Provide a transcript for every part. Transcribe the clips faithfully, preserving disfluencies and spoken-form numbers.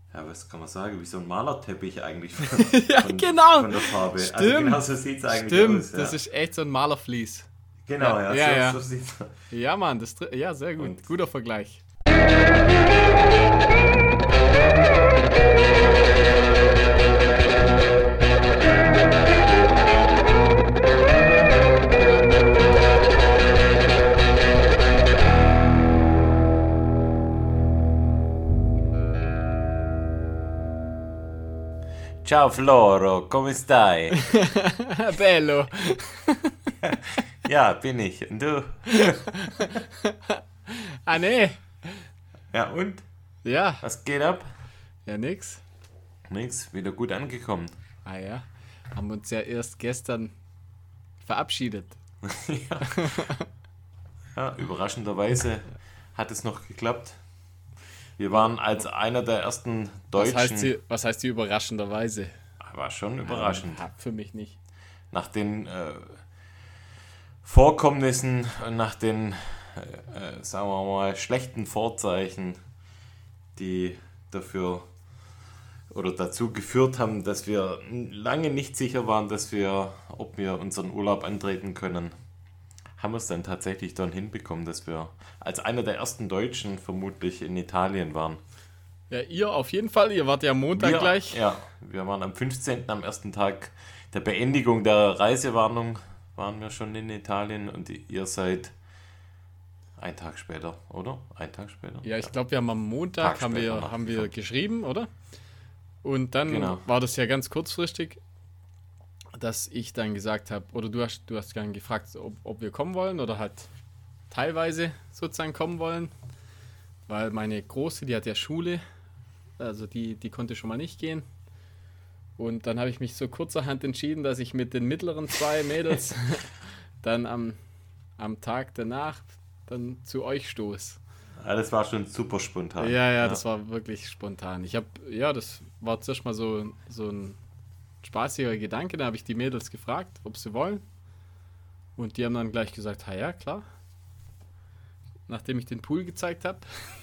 ja, was kann man sagen, wie so ein Malerteppich eigentlich von, ja, von, genau. von der Farbe. Stimmt. Also genau so sieht es eigentlich Stimmt, aus. Ja. das ist echt so ein Malerflies. Genau, ja, ja, ja, so, ja. so sieht es aus. Ja, Mann, das, ja, sehr gut. Und Guter Vergleich. Ciao Floro, come stai? Bello. Ja, bin ich. Und du? ah, nee. Ja, und? Ja. Was geht ab? Ja, nix. Nix, wieder gut angekommen. Ah ja, haben uns ja erst gestern verabschiedet. ja. ja, überraschenderweise hat es noch geklappt. Wir waren als einer der ersten Deutschen... Was heißt die, was heißt die überraschenderweise? War schon überraschend. Ja, für mich nicht. Nach den äh, Vorkommnissen und nach den, äh, äh, sagen wir mal, schlechten Vorzeichen, die dafür oder dazu geführt haben, dass wir lange nicht sicher waren, dass wir, ob wir unseren Urlaub antreten können, haben wir es dann tatsächlich dann hinbekommen, dass wir als einer der ersten Deutschen vermutlich in Italien waren. Ja, ihr auf jeden Fall, ihr wart ja am Montag wir, gleich. Ja, wir waren am fünfzehnten am ersten Tag der Beendigung der Reisewarnung, waren wir schon in Italien und ihr seid einen Tag später, oder? Einen Tag später? Ja, ich glaube, wir haben am Montag haben wir, haben wir geschrieben, oder? Und dann genau. war das ja ganz kurzfristig, dass ich dann gesagt habe, oder du hast, du hast dann gefragt, ob, ob wir kommen wollen oder halt teilweise sozusagen kommen wollen, weil meine Große, die hat ja Schule, also die, die konnte schon mal nicht gehen. Und dann habe ich mich so kurzerhand entschieden, dass ich mit den mittleren zwei Mädels dann am, am Tag danach dann zu euch stoße. Ja, das war schon super spontan. Ja, ja, ja, das war wirklich spontan. Ich habe, ja, das war zuerst mal so, so ein spaßiger Gedanke. Da habe ich die Mädels gefragt, ob sie wollen. Und die haben dann gleich gesagt, ha ja, klar. Nachdem ich den Pool gezeigt habe.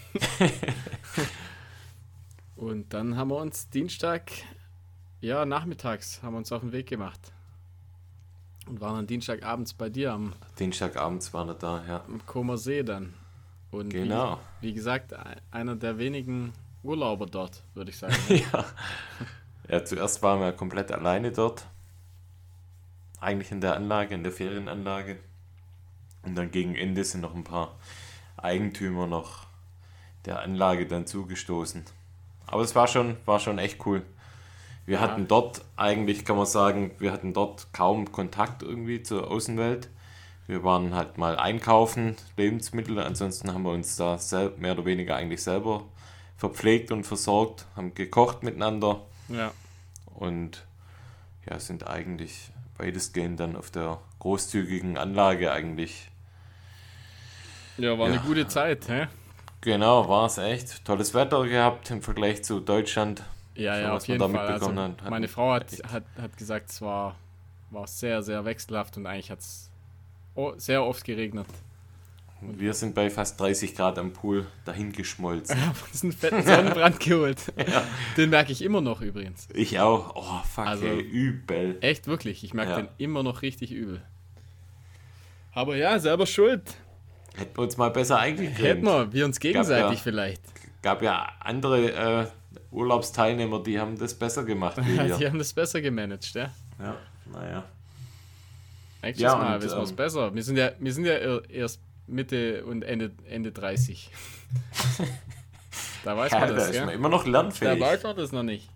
Und dann haben wir uns Dienstag, ja, nachmittags, haben wir uns auf den Weg gemacht. Und waren dann Dienstagabends bei dir am... Dienstagabends waren wir da, ja. Am Comer See dann. Und genau. Wie, wie gesagt, einer der wenigen Urlauber dort, würde ich sagen. ja. ja, zuerst waren wir komplett alleine dort. Eigentlich in der Anlage, in der Ferienanlage. Und dann gegen Ende sind noch ein paar Eigentümer noch der Anlage dann zugestoßen. Aber es war schon, war schon echt cool. Wir ja. hatten dort eigentlich, kann man sagen, wir hatten dort kaum Kontakt irgendwie zur Außenwelt. Wir waren halt mal einkaufen, Lebensmittel, ansonsten haben wir uns da sel- mehr oder weniger eigentlich selber verpflegt und versorgt, haben gekocht miteinander ja. und ja, sind eigentlich weitestgehend dann auf der großzügigen Anlage eigentlich. Ja, war ja. eine gute Zeit, hä? Genau, war es echt. Tolles Wetter gehabt im Vergleich zu Deutschland. Ja, so, ja, auf jeden Fall. Also, hat, meine Frau hat, hat, hat gesagt, es war, war sehr, sehr wechselhaft und eigentlich hat es sehr oft geregnet. Und wir sind bei fast dreißig Grad am Pool dahin geschmolzen. Ich habe uns einen fetten Sonnenbrand geholt. Ja. Den merke ich immer noch übrigens. Ich auch. Oh, fuck, also, ey, übel. Echt, wirklich. Ich merke ja. den immer noch richtig übel. Aber ja, selber schuld. Hätten wir uns mal besser eingekriegt. Hätten wir, wir uns gegenseitig ja, vielleicht. Gab ja andere äh, Urlaubsteilnehmer, die haben das besser gemacht wie wir. Die haben das besser gemanagt, ja. Ja, naja. Nächstes ja, Mal wissen wir es ähm, besser. Wir sind ja, wir sind ja erst Mitte und Ende, Ende dreißig. Da weiß ja, man das, da ist ja? man immer noch lernfähig. Da weiß man das noch nicht.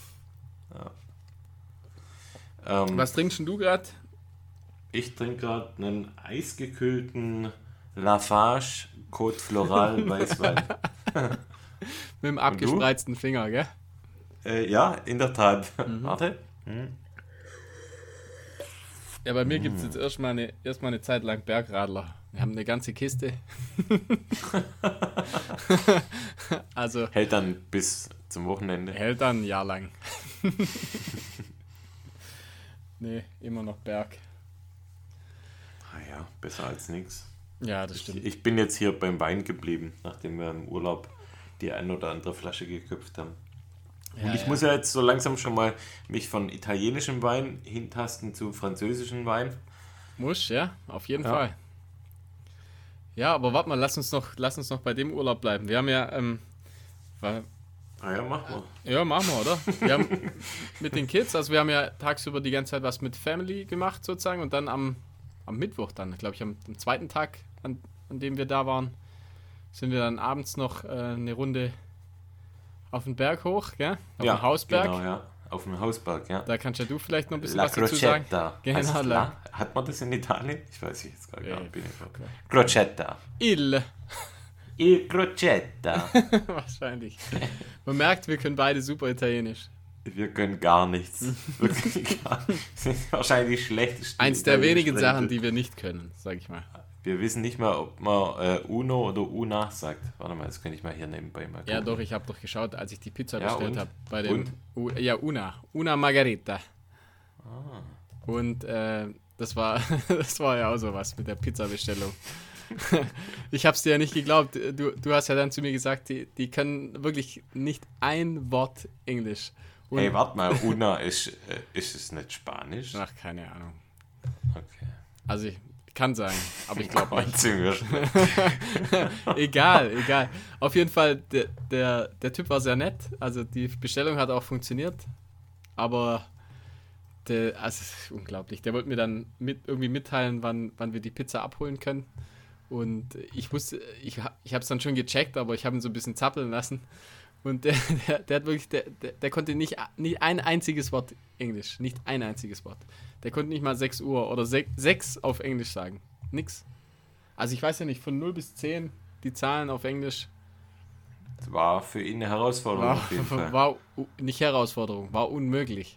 Ja. Ähm, Was trinkst du gerade? Ich trinke gerade einen eisgekühlten Lafarge Côte Floral Weißwein. Mit dem abgespreizten Finger, gell? Äh, ja, in der Tat. Mhm. Warte. Mhm. Ja, bei mir gibt es jetzt erstmal eine, erst eine Zeit lang Bergradler. Wir haben eine ganze Kiste. Also hält dann bis zum Wochenende. Hält dann ein Jahr lang. Nee, immer noch Berg. Ah ja, besser als nichts. Ja, das stimmt. Ich, ich bin jetzt hier beim Wein geblieben, nachdem wir im Urlaub die ein oder andere Flasche geköpft haben. Und Ja, ich ja. muss ja jetzt so langsam schon mal mich von italienischem Wein hintasten zu französischem Wein. Muss, ja, auf jeden Ja. Fall. Ja, aber warte mal, lass uns noch, lass uns noch bei dem Urlaub bleiben. Wir haben ja, ähm, weil, Ah ja, mach mal. ja, machen wir, oder? Wir haben mit den Kids, also wir haben ja tagsüber die ganze Zeit was mit Family gemacht sozusagen und dann am, am Mittwoch dann, glaube ich, am, am zweiten Tag, an, an dem wir da waren, sind wir dann abends noch äh, eine Runde auf den Berg hoch, gell? Auf Ja, den Hausberg. Genau, ja. Auf dem Hausberg, ja. Da kannst ja du vielleicht noch ein bisschen La was dazu sagen. Crocetta. Genau, Heißt es La- La? Hat man das in Italien? Ich weiß jetzt gar Ja, nicht. Bin ich drauf. Crocetta. Il. Il Crocetta. Wahrscheinlich. Man merkt, wir können beide super Italienisch. Wir können gar nichts. Wirklich gar nichts. Wir sind wahrscheinlich die schlechtesten. Eins der wenigen Italienisch Sachen, die wir nicht können, sag ich mal. Wir wissen nicht mal, ob man äh, Uno oder Una sagt. Warte mal, das könnte ich mal hier nebenbei mal gucken. Ja, doch, ich habe doch geschaut, als ich die Pizza Ja, bestellt und? habe. Bei dem Und? U, ja, Una. Una Margarita. Ah. Und äh, das war das war ja auch sowas mit der Pizzabestellung. Ich hab's dir ja nicht geglaubt. Du, du hast ja dann zu mir gesagt, die, die können wirklich nicht ein Wort Englisch. Und, Hey, warte mal, Una ist, äh, ist es nicht Spanisch? Ach, keine Ahnung. Okay. Also ich kann sein, aber ich glaube nicht. Ziemlich schlecht. Egal, egal. Auf jeden Fall, der, der, der Typ war sehr nett. Also die Bestellung hat auch funktioniert. Aber der, also es ist unglaublich. Der wollte mir dann mit, irgendwie mitteilen, wann, wann wir die Pizza abholen können. Und ich wusste, ich, ha- ich habe es dann schon gecheckt, aber ich habe ihn so ein bisschen zappeln lassen. Und der, der, der hat wirklich, der, der, der konnte nicht, nicht ein einziges Wort Englisch. Nicht ein einziges Wort. Der konnte nicht mal sechs Uhr oder sechs auf Englisch sagen. Nix. Also ich weiß ja nicht, von null bis zehn die Zahlen auf Englisch Das war für ihn eine Herausforderung war, auf jeden Fall. war u- nicht Herausforderung, war unmöglich.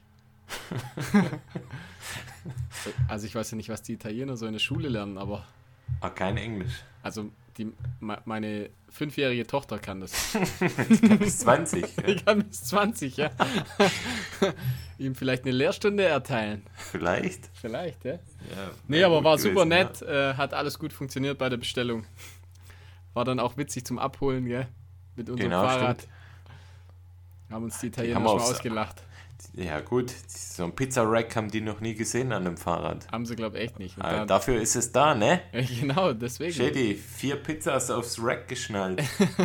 Also ich weiß ja nicht, was die Italiener so in der Schule lernen, aber Ah, kein Englisch. also die, me- meine fünfjährige Tochter kann das. Bis zwanzig. Die Ja. kann bis zwanzig, ja. Ihm vielleicht eine Lehrstunde erteilen. Vielleicht. Vielleicht, ja. Ja, Nee, wär aber gut war gewesen, super nett, äh, hat alles gut funktioniert bei der Bestellung. War dann auch witzig zum Abholen, gell? Mit unserem Genau, Fahrrad. stimmt. Haben uns die Italiener haben wir schon aufs- ausgelacht. Ja. ja gut, so ein Pizza-Rack haben die noch nie gesehen an einem Fahrrad. Haben sie, glaube ich, echt nicht. Und Ah, dann, dafür ist es da, ne? Ja, genau, deswegen. Shady, vier Pizzas aufs Rack geschnallt.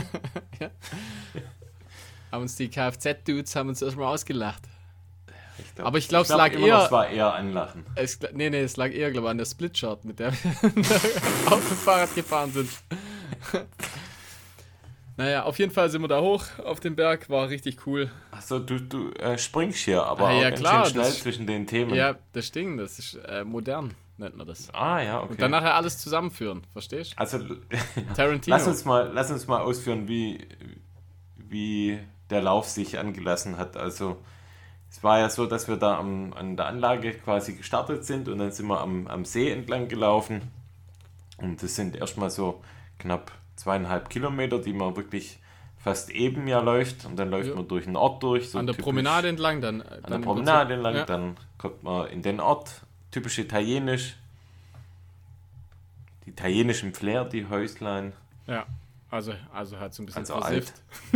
Haben uns die Kfz-Dudes haben uns erstmal ausgelacht. Ich glaub, Aber ich glaube, es glaub lag immer noch, eher. es war eher Anlachen. Es, nee, nee, es lag eher, glaube ich, an der Splitshot, mit der wir auf dem Fahrrad gefahren sind. Naja, auf jeden Fall sind wir da hoch auf den Berg, war richtig cool. Achso, du, du äh, springst hier, aber Ah, auch ja, ganz klar, schön schnell das- zwischen den Themen. Ja, das Ding, das ist äh, modern, nennt man das. Ah, ja, okay. Und dann nachher alles zusammenführen, verstehst also, du? Tarantino. lass uns, mal, lass uns mal ausführen, wie, wie der Lauf sich angelassen hat. Also, es war ja so, dass wir da am, an der Anlage quasi gestartet sind und dann sind wir am, am See entlang gelaufen. Und das sind erstmal so knapp zweieinhalb Kilometer, die man wirklich fast eben ja läuft. Und dann läuft Ja. man durch einen Ort durch. So An der typisch- Promenade entlang dann. An der Promenade entlang, Ja. dann kommt man in den Ort, typisch italienisch. Die italienischen Flair, die Häuslein. Ja, also, also halt so ein bisschen Also versifft.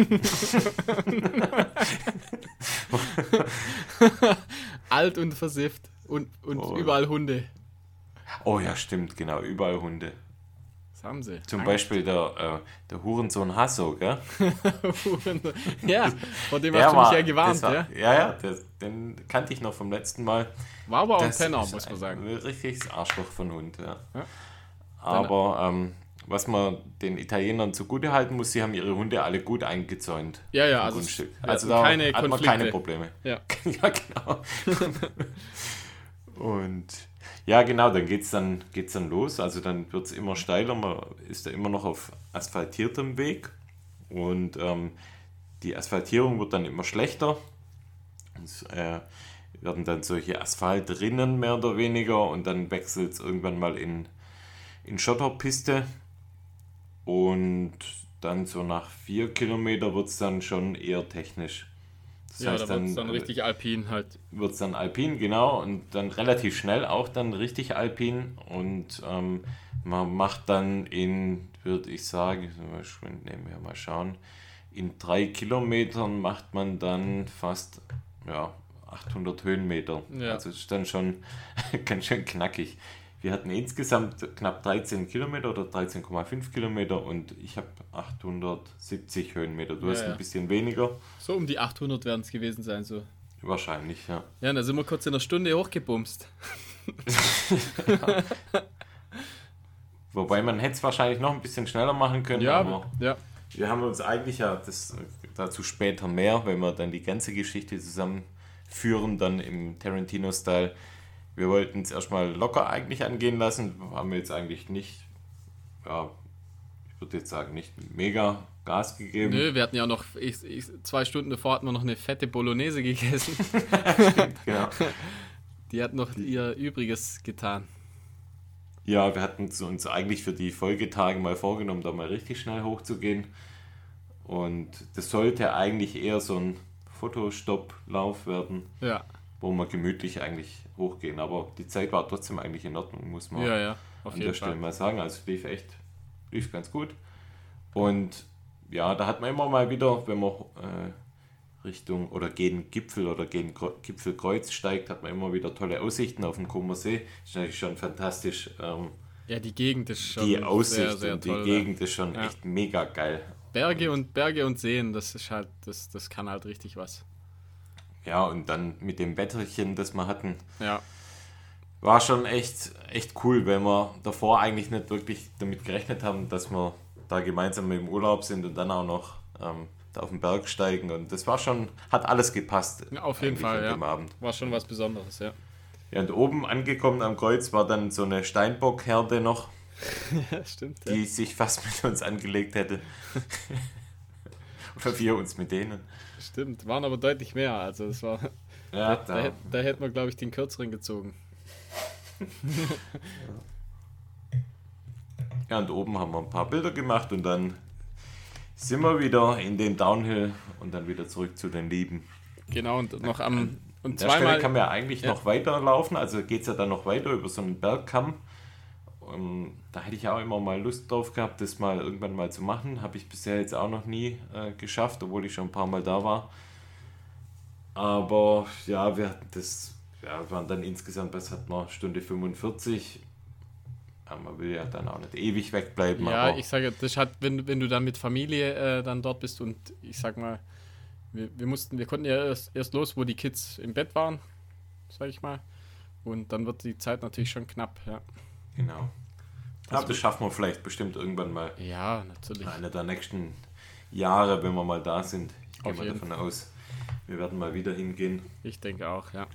Alt und versifft und, und Oh. überall Hunde. Oh ja, stimmt, genau, überall Hunde. Das haben sie. Zum Angst. Beispiel der, äh, der Hurensohn Hasso, gell? Ja, vor dem Der hast du mich war- ja gewarnt, das war, ja. Ja, ja, das, den kannte ich noch vom letzten Mal. War aber auch ein Das Penner, ist muss man ein sagen. richtiges Arschloch von Hund, ja. Ja. Aber ähm, was man den Italienern zugute halten muss, sie haben ihre Hunde alle gut eingezäunt. Ja, ja, im also Grundstück. wir Also hatten da keine hat man Konflikte. keine Probleme. Ja. Ja, genau. Und ja, genau, dann geht's dann, geht's dann los. Also dann wird es immer steiler, man ist da immer noch auf asphaltiertem Weg. Und ähm, die Asphaltierung wird dann immer schlechter. Es äh, werden dann solche Asphaltrinnen mehr oder weniger und dann wechselt es irgendwann mal in, in Schotterpiste. Und dann so nach vier Kilometer wird es dann schon eher technisch. Das Ja, heißt, da wird es dann, dann richtig alpin halt. wird es dann alpin, genau, und dann relativ schnell auch dann richtig alpin. Und ähm, man macht dann in, würde ich sagen, mal schwind nehmen wir mal schauen, in drei Kilometern macht man dann fast ja, achthundert Höhenmeter. Ja. Also ist dann schon ganz schön knackig. Wir hatten insgesamt knapp dreizehn Kilometer oder dreizehn Komma fünf Kilometer und ich habe achthundertsiebzig Höhenmeter. Du Ja, hast ja. ein bisschen weniger. So um die achthundert werden es gewesen sein. So. Wahrscheinlich, ja. Ja, da sind wir kurz in einer Stunde hochgebumst. Wobei man hätte es wahrscheinlich noch ein bisschen schneller machen können, Ja, aber ja. wir haben uns eigentlich ja das, dazu später mehr, wenn wir dann die ganze Geschichte zusammenführen, dann im Tarantino-Style. Wir wollten es erstmal locker eigentlich angehen lassen, haben wir jetzt eigentlich nicht, ja, ich würde jetzt sagen, nicht mega Gas gegeben. Nö, wir hatten ja noch, ich, ich, zwei Stunden davor hatten wir noch eine fette Bolognese gegessen. Genau. Die hat noch ihr Übriges getan. Ja, wir hatten uns eigentlich für die Folgetage mal vorgenommen, da mal richtig schnell hochzugehen. Und das sollte eigentlich eher so ein Fotostopp-Lauf werden, Ja, wo wir gemütlich eigentlich hochgehen. Aber die Zeit war trotzdem eigentlich in Ordnung, muss man ja, ja, auf an jeden der Stelle Fall. mal sagen. Also es lief echt, lief ganz gut. Und ja, da hat man immer mal wieder, wenn man äh, Richtung oder gegen Gipfel oder gegen Gro- Gipfelkreuz steigt, hat man immer wieder tolle Aussichten auf den Comer See. Ist natürlich schon fantastisch. Ähm, Ja, die Gegend ist schon die Aussicht sehr, sehr und die toll. Gegend ist schon Ja. echt mega geil. Berge und Berge und Seen, das ist halt, das, das kann halt richtig was. Ja, und dann mit dem Wetterchen, das wir hatten, Ja, war schon echt, echt cool, weil wir davor eigentlich nicht wirklich damit gerechnet haben, dass wir da gemeinsam im Urlaub sind und dann auch noch ähm, da auf den Berg steigen. Und das war schon, hat alles gepasst. Ja, auf jeden eigentlich Fall, an ja. dem Abend. war schon was Besonderes, ja. Ja, und oben angekommen am Kreuz war dann so eine Steinbockherde noch, Ja, stimmt. die sich fast mit uns angelegt hätte. Oder wir uns mit denen. Stimmt, waren aber deutlich mehr. Also das war, Ja, da, hätt- da hätten wir, glaube ich, den kürzeren gezogen. Ja, und oben haben wir ein paar Bilder gemacht und dann sind wir wieder in den Downhill und dann wieder zurück zu den Lieben. Genau, und noch am An und der Stelle zweimal. kann man ja eigentlich Ja. noch weiterlaufen, also geht es ja dann noch weiter über so einen Bergkamm. Und da hätte ich auch immer mal Lust drauf gehabt, das mal irgendwann mal zu machen. Habe ich bisher jetzt auch noch nie äh, geschafft, obwohl ich schon ein paar Mal da war. Aber ja, wir hatten das, ja, waren dann insgesamt, was hat man, Stunde fünfundvierzig. Ja, man will ja dann auch nicht ewig wegbleiben. Ja, aber ich sage, das hat, wenn, du- wenn du dann mit Familie äh, dann dort bist und ich sag mal, wir, wir mussten, wir konnten ja erst, erst los, wo die Kids im Bett waren, sag ich mal. Und dann wird die Zeit natürlich schon knapp, ja. genau. Das Aber das schaffen wir vielleicht bestimmt irgendwann mal. Ja, natürlich. Einer der nächsten Jahre, wenn wir mal da sind. Ich gehe Auf mal jeden davon aus, wir werden mal wieder hingehen. Ich denke auch, ja.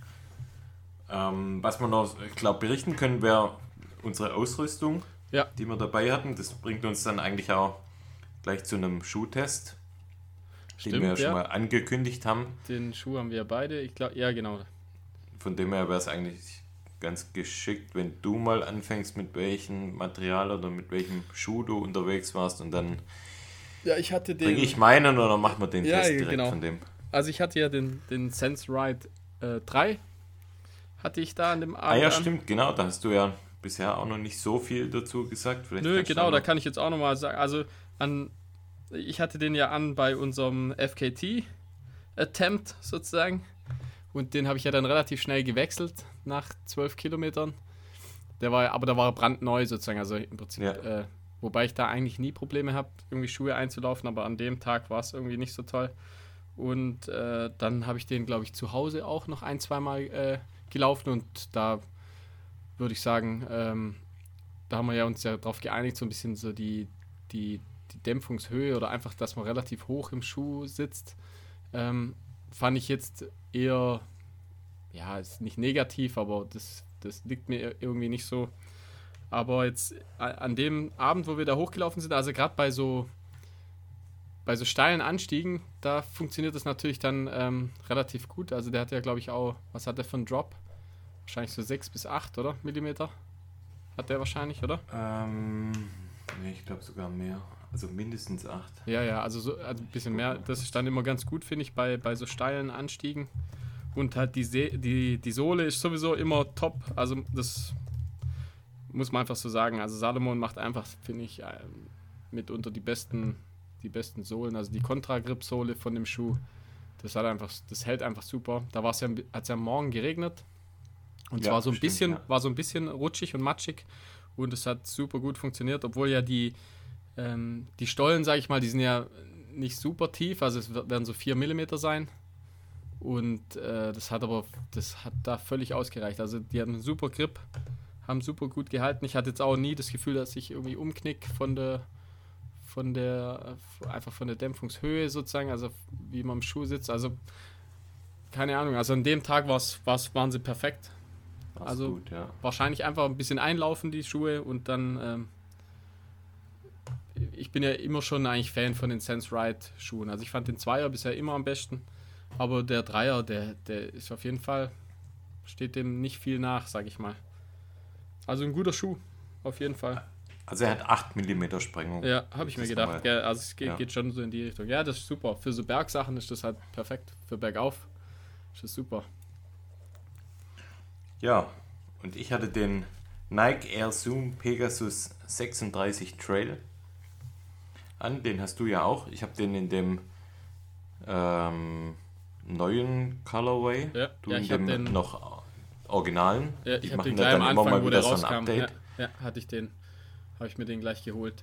Ähm, was wir noch, ich glaube, berichten können, wäre unsere Ausrüstung, Ja. die wir dabei hatten. Das bringt uns dann eigentlich auch gleich zu einem Schuhtest, den Stimmt, wir ja schon ja. mal angekündigt haben. Den Schuh haben wir beide. Ich glaube, ja, genau. Von dem her wäre es eigentlich ganz geschickt, wenn du mal anfängst, mit welchem Material oder mit welchem Schuh du unterwegs warst und dann Ja, ich hatte den. bringe ich meinen oder machen wir den Ja, Test direkt genau. von dem. Also ich hatte ja den, den Sense Ride äh, drei. Hatte ich da an dem Abend. Ah ja, an. stimmt, genau, da hast du ja bisher auch noch nicht so viel dazu gesagt. Vielleicht Nö, kannst du genau, auch da noch- kann ich jetzt auch nochmal sagen. Also an, ich hatte den ja an bei unserem F K T-Attempt sozusagen. Und den habe ich ja dann relativ schnell gewechselt nach zwölf Kilometern. Der war, aber da war er brandneu sozusagen. Also im Prinzip, Ja. äh, wobei ich da eigentlich nie Probleme habe, irgendwie Schuhe einzulaufen, aber an dem Tag war es irgendwie nicht so toll. Und äh, dann habe ich den, glaube ich, zu Hause auch noch ein, zweimal äh, gelaufen und da würde ich sagen, ähm, da haben wir ja uns ja darauf geeinigt, so ein bisschen so die, die, die Dämpfungshöhe oder einfach, dass man relativ hoch im Schuh sitzt, ähm, fand ich jetzt eher, ja, ist nicht negativ, aber das, das liegt mir irgendwie nicht so. Aber jetzt a- an dem Abend, wo wir da hochgelaufen sind, also gerade bei so bei so steilen Anstiegen, da funktioniert das natürlich dann ähm, relativ gut. Also der hat ja, glaube ich, auch, was hat der für einen Drop? Wahrscheinlich so sechs bis acht, oder? Millimeter? Hat der wahrscheinlich, oder? Ähm, nee, ich glaube sogar mehr. Also mindestens acht. Ja, ja, also, so, also ein bisschen mehr. Das ist dann immer ganz gut, finde ich, bei, bei so steilen Anstiegen. Und halt die, See, die, die Sohle ist sowieso immer top. Also das muss man einfach so sagen. Also Salomon macht einfach, finde ich, ähm, mitunter die besten die besten Sohlen. Also die Contra-Grip-Sohle von dem Schuh, das hat einfach, das hält einfach super. Da war es ja, hat es ja morgen geregnet und Ja, zwar so ein stimmt, bisschen, ja. war so ein bisschen rutschig und matschig und es hat super gut funktioniert, obwohl ja die, ähm, die Stollen, sage ich mal, die sind ja nicht super tief, also es werden so vier Millimeter sein. Und äh, das hat aber, das hat da völlig ausgereicht. Also die haben einen super Grip, haben super gut gehalten. Ich hatte jetzt auch nie das Gefühl, dass ich irgendwie umknick von der, von der, einfach von der Dämpfungshöhe sozusagen, also wie man im Schuh sitzt. Also keine Ahnung, also an dem Tag war's, war's, waren sie perfekt. War's Also gut, ja. wahrscheinlich einfach ein bisschen einlaufen, die Schuhe, und dann, ähm, ich bin ja immer schon eigentlich Fan von den Sense Ride Schuhen. Also ich fand den Zweier bisher immer am besten. Aber der Dreier, der, der ist auf jeden Fall, steht dem nicht viel nach, sag ich mal. Also ein guter Schuh, auf jeden Fall. Also er hat acht Millimeter Sprengung. Ja, habe ich mir Das gedacht. nochmal- Gell? Also es geht, ja. geht schon so in die Richtung. Ja, das ist super. Für so Bergsachen ist das halt perfekt. Für bergauf ist das super. Ja, und ich hatte den Nike Air Zoom Pegasus sechsunddreißig Trail an. Den hast du ja auch. Ich habe den in dem ähm, neuen Colorway. Ja, du ja, in ich hab dem den- noch originalen. Ja, Die ich habe machen den ja gleich am dann immer Anfang, mal wo der wieder so ein rauskam. Ja, Update. ja, hatte ich den. Habe ich mir den gleich geholt.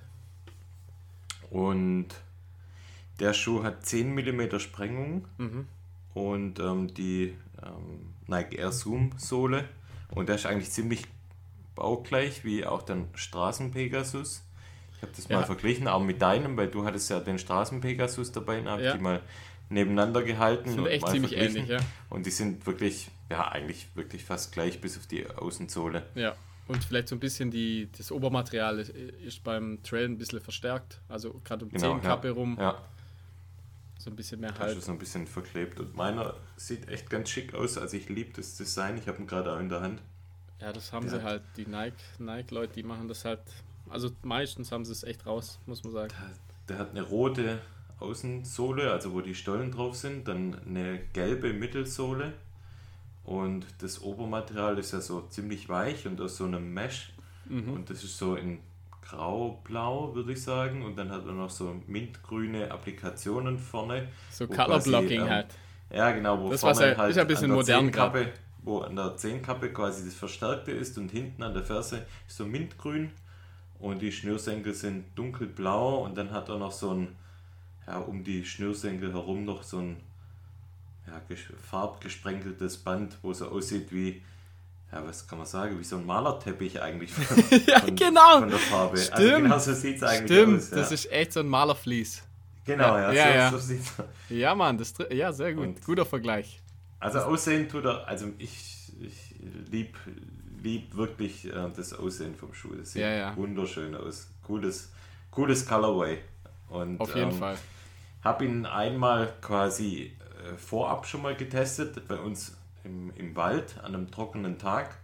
Und der Schuh hat zehn Millimeter Sprengung Mhm. und ähm, die ähm, Nike Air Zoom Sohle. Und der ist eigentlich ziemlich baugleich wie auch der Straßen-Pegasus. Ich habe das Ja. mal verglichen, auch mit deinem, weil du hattest ja den Straßen-Pegasus dabei, da habe Ja. ich die mal nebeneinander gehalten. Sind und echt mal ziemlich verglichen. ähnlich, ja. Und die sind wirklich, ja, eigentlich wirklich fast gleich, bis auf die Außensohle. Ja. Und vielleicht so ein bisschen die, das Obermaterial ist, ist beim Trail ein bisschen verstärkt. Also gerade um Genau, Zehenkappe ja. rum, Ja, so ein bisschen mehr da ist Halt. es so ein bisschen verklebt. Und meiner sieht echt ganz schick aus. Also ich liebe das Design. Ich habe ihn gerade auch in der Hand. Ja, das haben Der sie hat- halt, die Nike, Nike-Leute, die machen das halt, also meistens haben sie es echt raus, muss man sagen. Der hat eine rote Außensohle, also wo die Stollen drauf sind, dann eine gelbe Mittelsohle und das Obermaterial ist ja so ziemlich weich und aus so einem Mesh Mhm. und das ist so in grau-blau, würde ich sagen, und dann hat er noch so mintgrüne Applikationen vorne. So wo Color quasi, Blocking ähm, halt. Ja, genau, wo Das vorne war's ja- halt ist ja ein bisschen an der modern Zehenkappe, wo an der Zehenkappe quasi das Verstärkte ist und hinten an der Ferse ist so mintgrün und die Schnürsenkel sind dunkelblau und dann hat er noch so ein, ja, um die Schnürsenkel herum noch so ein ja, ges- farbgesprenkeltes Band, wo so aussieht wie, ja, was kann man sagen, wie so ein Malerteppich eigentlich von, Ja, von, genau. von der Farbe. Also Stimmt. genau so sieht es eigentlich Stimmt, aus. Ja. das ist echt so ein Malerflies. Genau, Ja, ja, ja, so, ja. so sieht's aus. Ja, Mann, das, dr- ja, sehr gut. Und- Guter Vergleich. Also aussehen tut er, also ich, ich lieb, lieb wirklich äh, das Aussehen vom Schuh. Das sieht Ja, ja. wunderschön aus. Cooles, cooles Colorway. Und, Auf jeden ähm, Fall. habe ihn einmal quasi äh, vorab schon mal getestet, bei uns im, im Wald an einem trockenen Tag.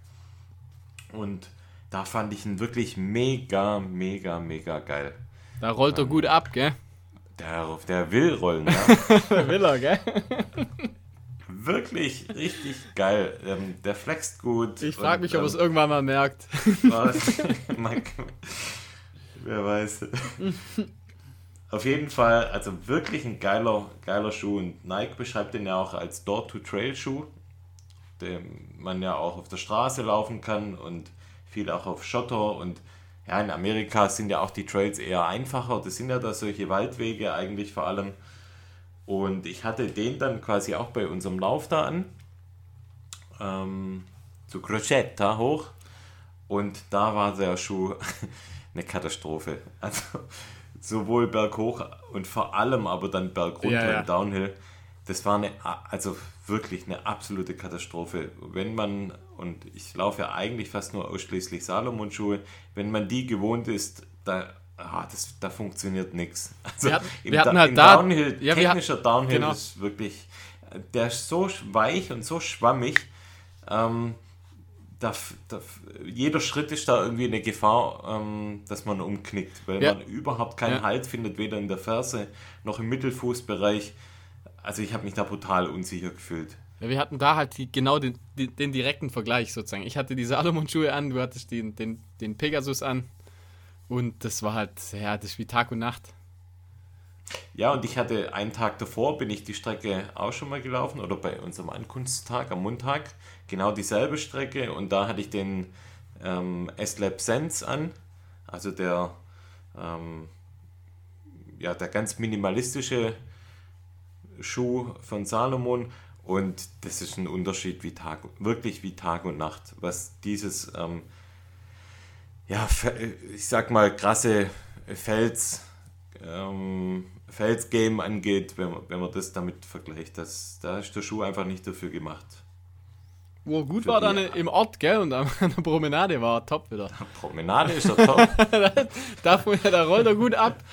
Und da fand ich ihn wirklich mega, mega, mega geil. Da rollt er gut ab, gell? Der, der will rollen, ja. Will er, gell? Wirklich richtig geil. Ähm, der flext gut. Ich frage und, mich, ob er es ähm, irgendwann mal merkt. Was? Man kann- Wer weiß. Auf jeden Fall, also wirklich ein geiler, geiler Schuh. Und Nike beschreibt den ja auch als Door-to-Trail-Schuh, den man ja auch auf der Straße laufen kann und viel auch auf Schotter. Und ja, in Amerika sind ja auch die Trails eher einfacher. Das sind ja da solche Waldwege eigentlich vor allem. Und ich hatte den dann quasi auch bei unserem Lauf da an. Ähm, zu Crocetta hoch. Und da war der Schuh eine Katastrophe. Also sowohl berghoch und vor allem aber dann bergunter Ja, ja. im Downhill. Das war eine, also wirklich eine absolute Katastrophe. Wenn man, und ich laufe ja eigentlich fast nur ausschließlich Salomon-Schuhe, wenn man die gewohnt ist, da, ah, das, da funktioniert nichts. Also Wir hatten- im, wir hatten Da- halt im da- Downhill, ja, wir technischer Downhill genau. ist wirklich, der ist so weich und so schwammig, ähm, da, f- da, f- jeder Schritt ist da irgendwie eine Gefahr, ähm, dass man umknickt, weil Ja. man überhaupt keinen Ja. Halt findet, weder in der Ferse noch im Mittelfußbereich. Also ich habe mich da brutal unsicher gefühlt. Ja, wir hatten da halt die, genau den, den, den direkten Vergleich sozusagen. Ich hatte die Salomon-Schuhe an, du hattest den, den, den Pegasus an. Und das war halt, ja, das ist wie Tag und Nacht. Ja, und ich hatte einen Tag davor, bin ich die Strecke auch schon mal gelaufen oder bei unserem Ankunftstag am Montag, genau dieselbe Strecke und da hatte ich den ähm, S-Lab Sense an, also der, ähm, ja, der ganz minimalistische Schuh von Salomon und das ist ein Unterschied wie Tag, wirklich wie Tag und Nacht, was dieses, ähm, ja, ich sag mal, krasse Fels, ähm, Felsgame angeht, wenn man, wenn man das damit vergleicht. Das, da ist der Schuh einfach nicht dafür gemacht. Wo gut Für war die- dann im Ort, gell? Und an der Promenade war er top wieder. Promenade ist doch top. da, da rollt er gut ab.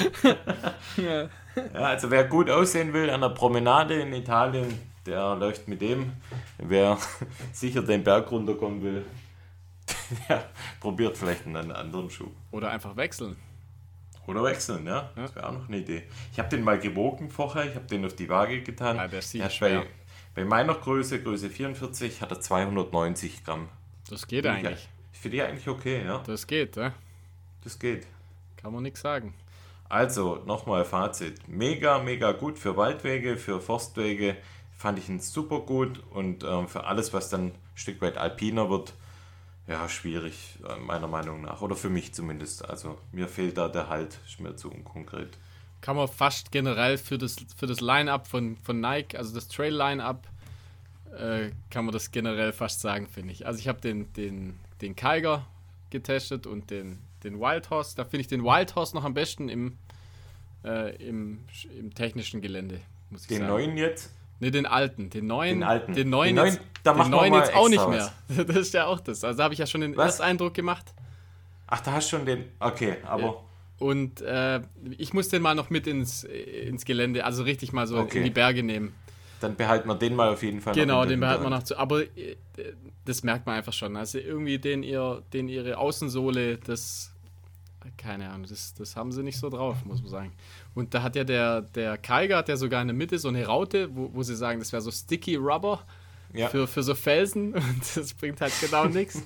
ja. Ja, also wer gut aussehen will an der Promenade in Italien, der läuft mit dem. Wer sicher den Berg runterkommen will, der probiert vielleicht einen anderen Schuh. Oder einfach wechseln. Oder wechseln, ja. Das wäre auch noch eine Idee. Ich habe den mal gewogen vorher, ich habe den auf die Waage getan. Ja, der sieht hat schwer. bei, bei meiner Größe, Größe vierundvierzig, hat er zweihundertneunzig Gramm. Das geht Finde ich- eigentlich. Ich finde die eigentlich okay, ja. Das geht, ja? Das geht. Kann man nichts sagen. Also, nochmal Fazit. Mega, mega gut für Waldwege, für Forstwege. Fand ich ihn super gut und ähm, für alles, was dann ein Stück weit alpiner wird, ja, schwierig, äh, meiner Meinung nach. Oder für mich zumindest. Also, mir fehlt da der Halt, ist mir zu unkonkret. Kann man fast generell für das, für das Line-Up von, von Nike, also das Trail-Line-Up, äh, kann man das generell fast sagen, finde ich. Also ich habe den, den, den Kiger getestet und den, den Wild Horse. Da finde ich den Wild Horse noch am besten im, äh, im, im technischen Gelände, muss ich Den sagen. neuen jetzt? Ne, den alten. Den neuen, Den alten. Den neuen, Den neuen, jetzt, da den machen wir neuen mal jetzt auch nicht extra mehr. Das ist ja auch das. Also da habe ich ja schon den Was? Ersteindruck gemacht. Ach, da hast du schon den. Okay, aber. Ja. Und äh, ich muss den mal noch mit ins, ins Gelände, also richtig mal so Okay. in die Berge nehmen. Dann behalten wir den mal auf jeden Fall. noch Genau, in der den behalten wir noch Hinterhand. zu. Aber äh, das merkt man einfach schon. Also irgendwie den ihr, den ihre Außensohle, das, keine Ahnung, das, das haben sie nicht so drauf, muss man sagen. Und da hat ja der, der Kiger, hat ja sogar in der Mitte so eine Raute, wo, wo sie sagen, das wäre so Sticky Rubber Ja. für, für so Felsen und das bringt halt genau nichts.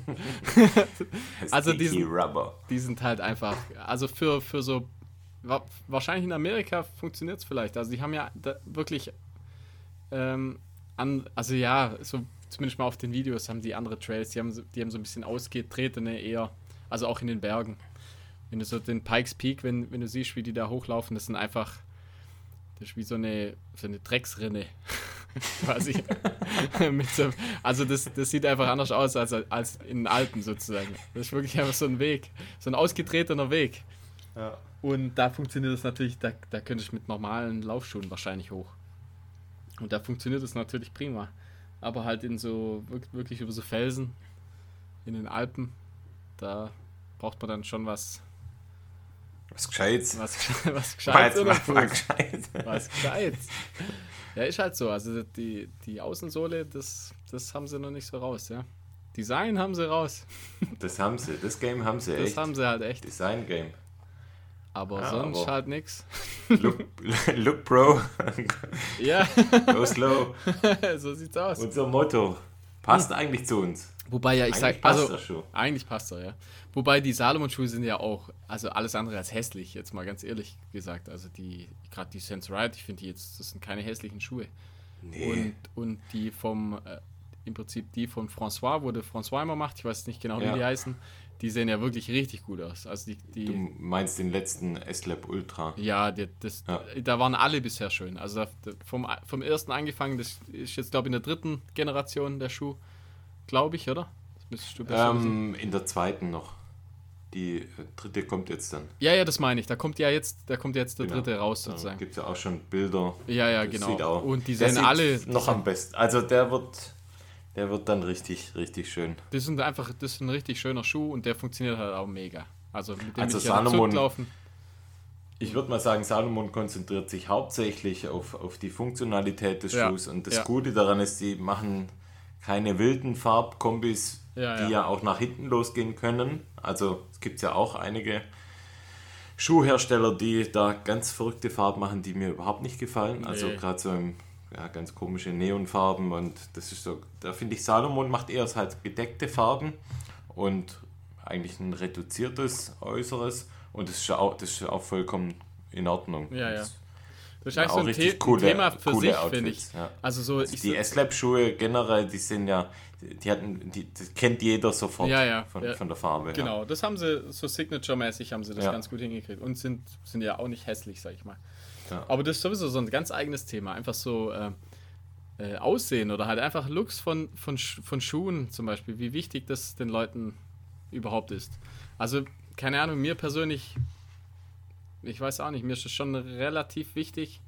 also Sticky diesen- Rubber. Die sind halt einfach, also für, für so, wa- wahrscheinlich in Amerika funktioniert es vielleicht. Also die haben ja da wirklich, ähm, an, also ja, so zumindest mal auf den Videos haben die andere Trails, die haben, so- die haben so ein bisschen ausgetretene eher, also auch in den Bergen. Wenn du so den Pikes Peak, wenn, wenn du siehst, wie die da hochlaufen, das sind einfach, das ist wie so eine, so eine Drecksrinne. Quasi. Mit so, also das, das sieht einfach anders aus als, als in den Alpen sozusagen. Das ist wirklich einfach so ein Weg, so ein ausgetretener Weg. Ja. Und da funktioniert es natürlich, da, da könnte ich mit normalen Laufschuhen wahrscheinlich hoch. Und da funktioniert es natürlich prima. Aber halt in so, wirk- wirklich über so Felsen, in den Alpen, da braucht man dann schon was, Was Gescheites. was, was War Gescheites jetzt oder mal- mal Fuß. gescheit. Was Gescheites. Ja, ist halt so. Also die, die Außensohle, das, das haben sie noch nicht so raus, ja. Design haben sie raus. Das haben sie. Das Game haben sie Das echt. haben sie halt echt. Design Game. Aber Ja, sonst aber- halt nix. Look, look Bro. Ja, Go slow. so sieht's aus. Unser Motto. Passt eigentlich zu uns. Wobei ja, ich Eigentlich sag, passt also das schon. eigentlich passt er, ja. Wobei die Salomon-Schuhe sind ja auch, also alles andere als hässlich, jetzt mal ganz ehrlich gesagt. Also die, gerade die Sense Ride, ich finde die jetzt, das sind keine hässlichen Schuhe. Nee. Und, und die vom, äh, im Prinzip die von François, wo der François immer macht, ich weiß nicht genau, Ja. wie die heißen, die sehen ja wirklich richtig gut aus. Also die, die Du meinst den letzten S-Lab Ultra. ja, die, das, Ja. da waren alle bisher schön. Also da, vom, vom ersten angefangen, das ist jetzt glaube ich in der dritten Generation der Schuh, glaube ich, oder? Das müsstest du besser wissen. Ähm, in der zweiten noch. Die äh, dritte kommt jetzt dann. Ja, ja, das meine ich. Da kommt ja jetzt, da kommt jetzt der Genau. dritte raus Da sozusagen. gibt es ja auch schon Bilder. Ja, ja, Das genau. sieht auch- Und die der sehen sieht alle, noch am besten. Also der wird, der wird dann richtig, richtig schön. das sind einfach, das ist ein richtig schöner Schuh und der funktioniert halt auch mega. Also mit dem Also will ich ja Salomon- zurücklaufen. Ich würde mal sagen, Salomon konzentriert sich hauptsächlich auf, auf die Funktionalität des Ja, Schuhs. Und das ja. Gute daran ist, die machen keine wilden Farbkombis, Ja, die ja. ja auch nach hinten losgehen können. Also es gibt ja auch einige Schuhhersteller, die da ganz verrückte Farben machen, die mir überhaupt nicht gefallen. Also Nee. gerade so im, ja, ganz komische Neonfarben und das ist so, da finde ich, Salomon macht eher halt gedeckte Farben und eigentlich ein reduziertes Äußeres und das ist ja auch, das ist ja auch vollkommen in Ordnung. Ja, ja. Das Das ist Ja, eigentlich so auch ein, richtig The coole, Thema für coole sich, Outfits, finde ich. ja. Also so, Also ich die so, S-Lab-Schuhe generell, die sind ja, die hatten, die, das kennt jeder sofort Ja, ja, von, ja. von der Farbe. genau, das haben sie, so Signature-mäßig haben sie das Ja. ganz gut hingekriegt und sind, sind ja auch nicht hässlich, sag ich mal. Ja. Aber das ist sowieso so ein ganz eigenes Thema. Einfach so äh, äh, Aussehen oder halt einfach Looks von, von, Sch von Schuhen zum Beispiel, wie wichtig das den Leuten überhaupt ist. Also, keine Ahnung, mir persönlich, ich weiß auch nicht, mir ist das schon relativ wichtig.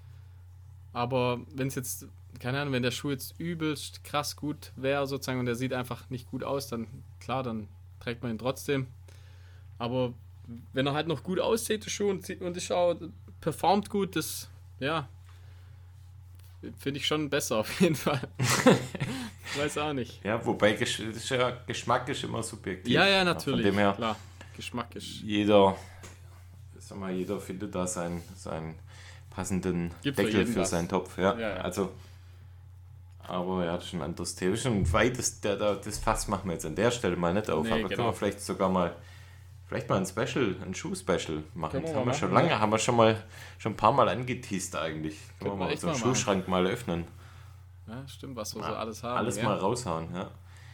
Aber wenn es jetzt, keine Ahnung, wenn der Schuh jetzt übelst krass gut wäre sozusagen und der sieht einfach nicht gut aus, dann klar, dann trägt man ihn trotzdem. Aber wenn er halt noch gut aussieht, der Schuh, und, sieht- und ist auch, performt gut, das, ja, finde ich schon besser auf jeden Fall. Ich weiß auch nicht. Ja, wobei Gesch das ist ja, Geschmack ist immer subjektiv. Ja, ja, natürlich. Von dem her, Klar, Geschmack ist. jeder, sag mal, jeder findet da seinen, seinen passenden Gibt für Deckel jeden für was. seinen Topf. Ja, Ja, ja. also, aber ja, das ist ein anderes Thema. Das ist schon weit, das, der, der, das Fass machen wir jetzt an der Stelle mal nicht auf. Nee, aber genau. können wir vielleicht sogar mal, vielleicht mal ein Special, ein Schuh-Special machen. Können wir Das haben mal wir schon machen, lange, haben wir schon mal, schon ein paar Mal angeteased eigentlich. Können Könnten wir wir mal echt unseren mal machen. Schuhschrank mal öffnen. Ja, stimmt, was wir so Ja, alles haben. Alles ja. mal raushauen, ja.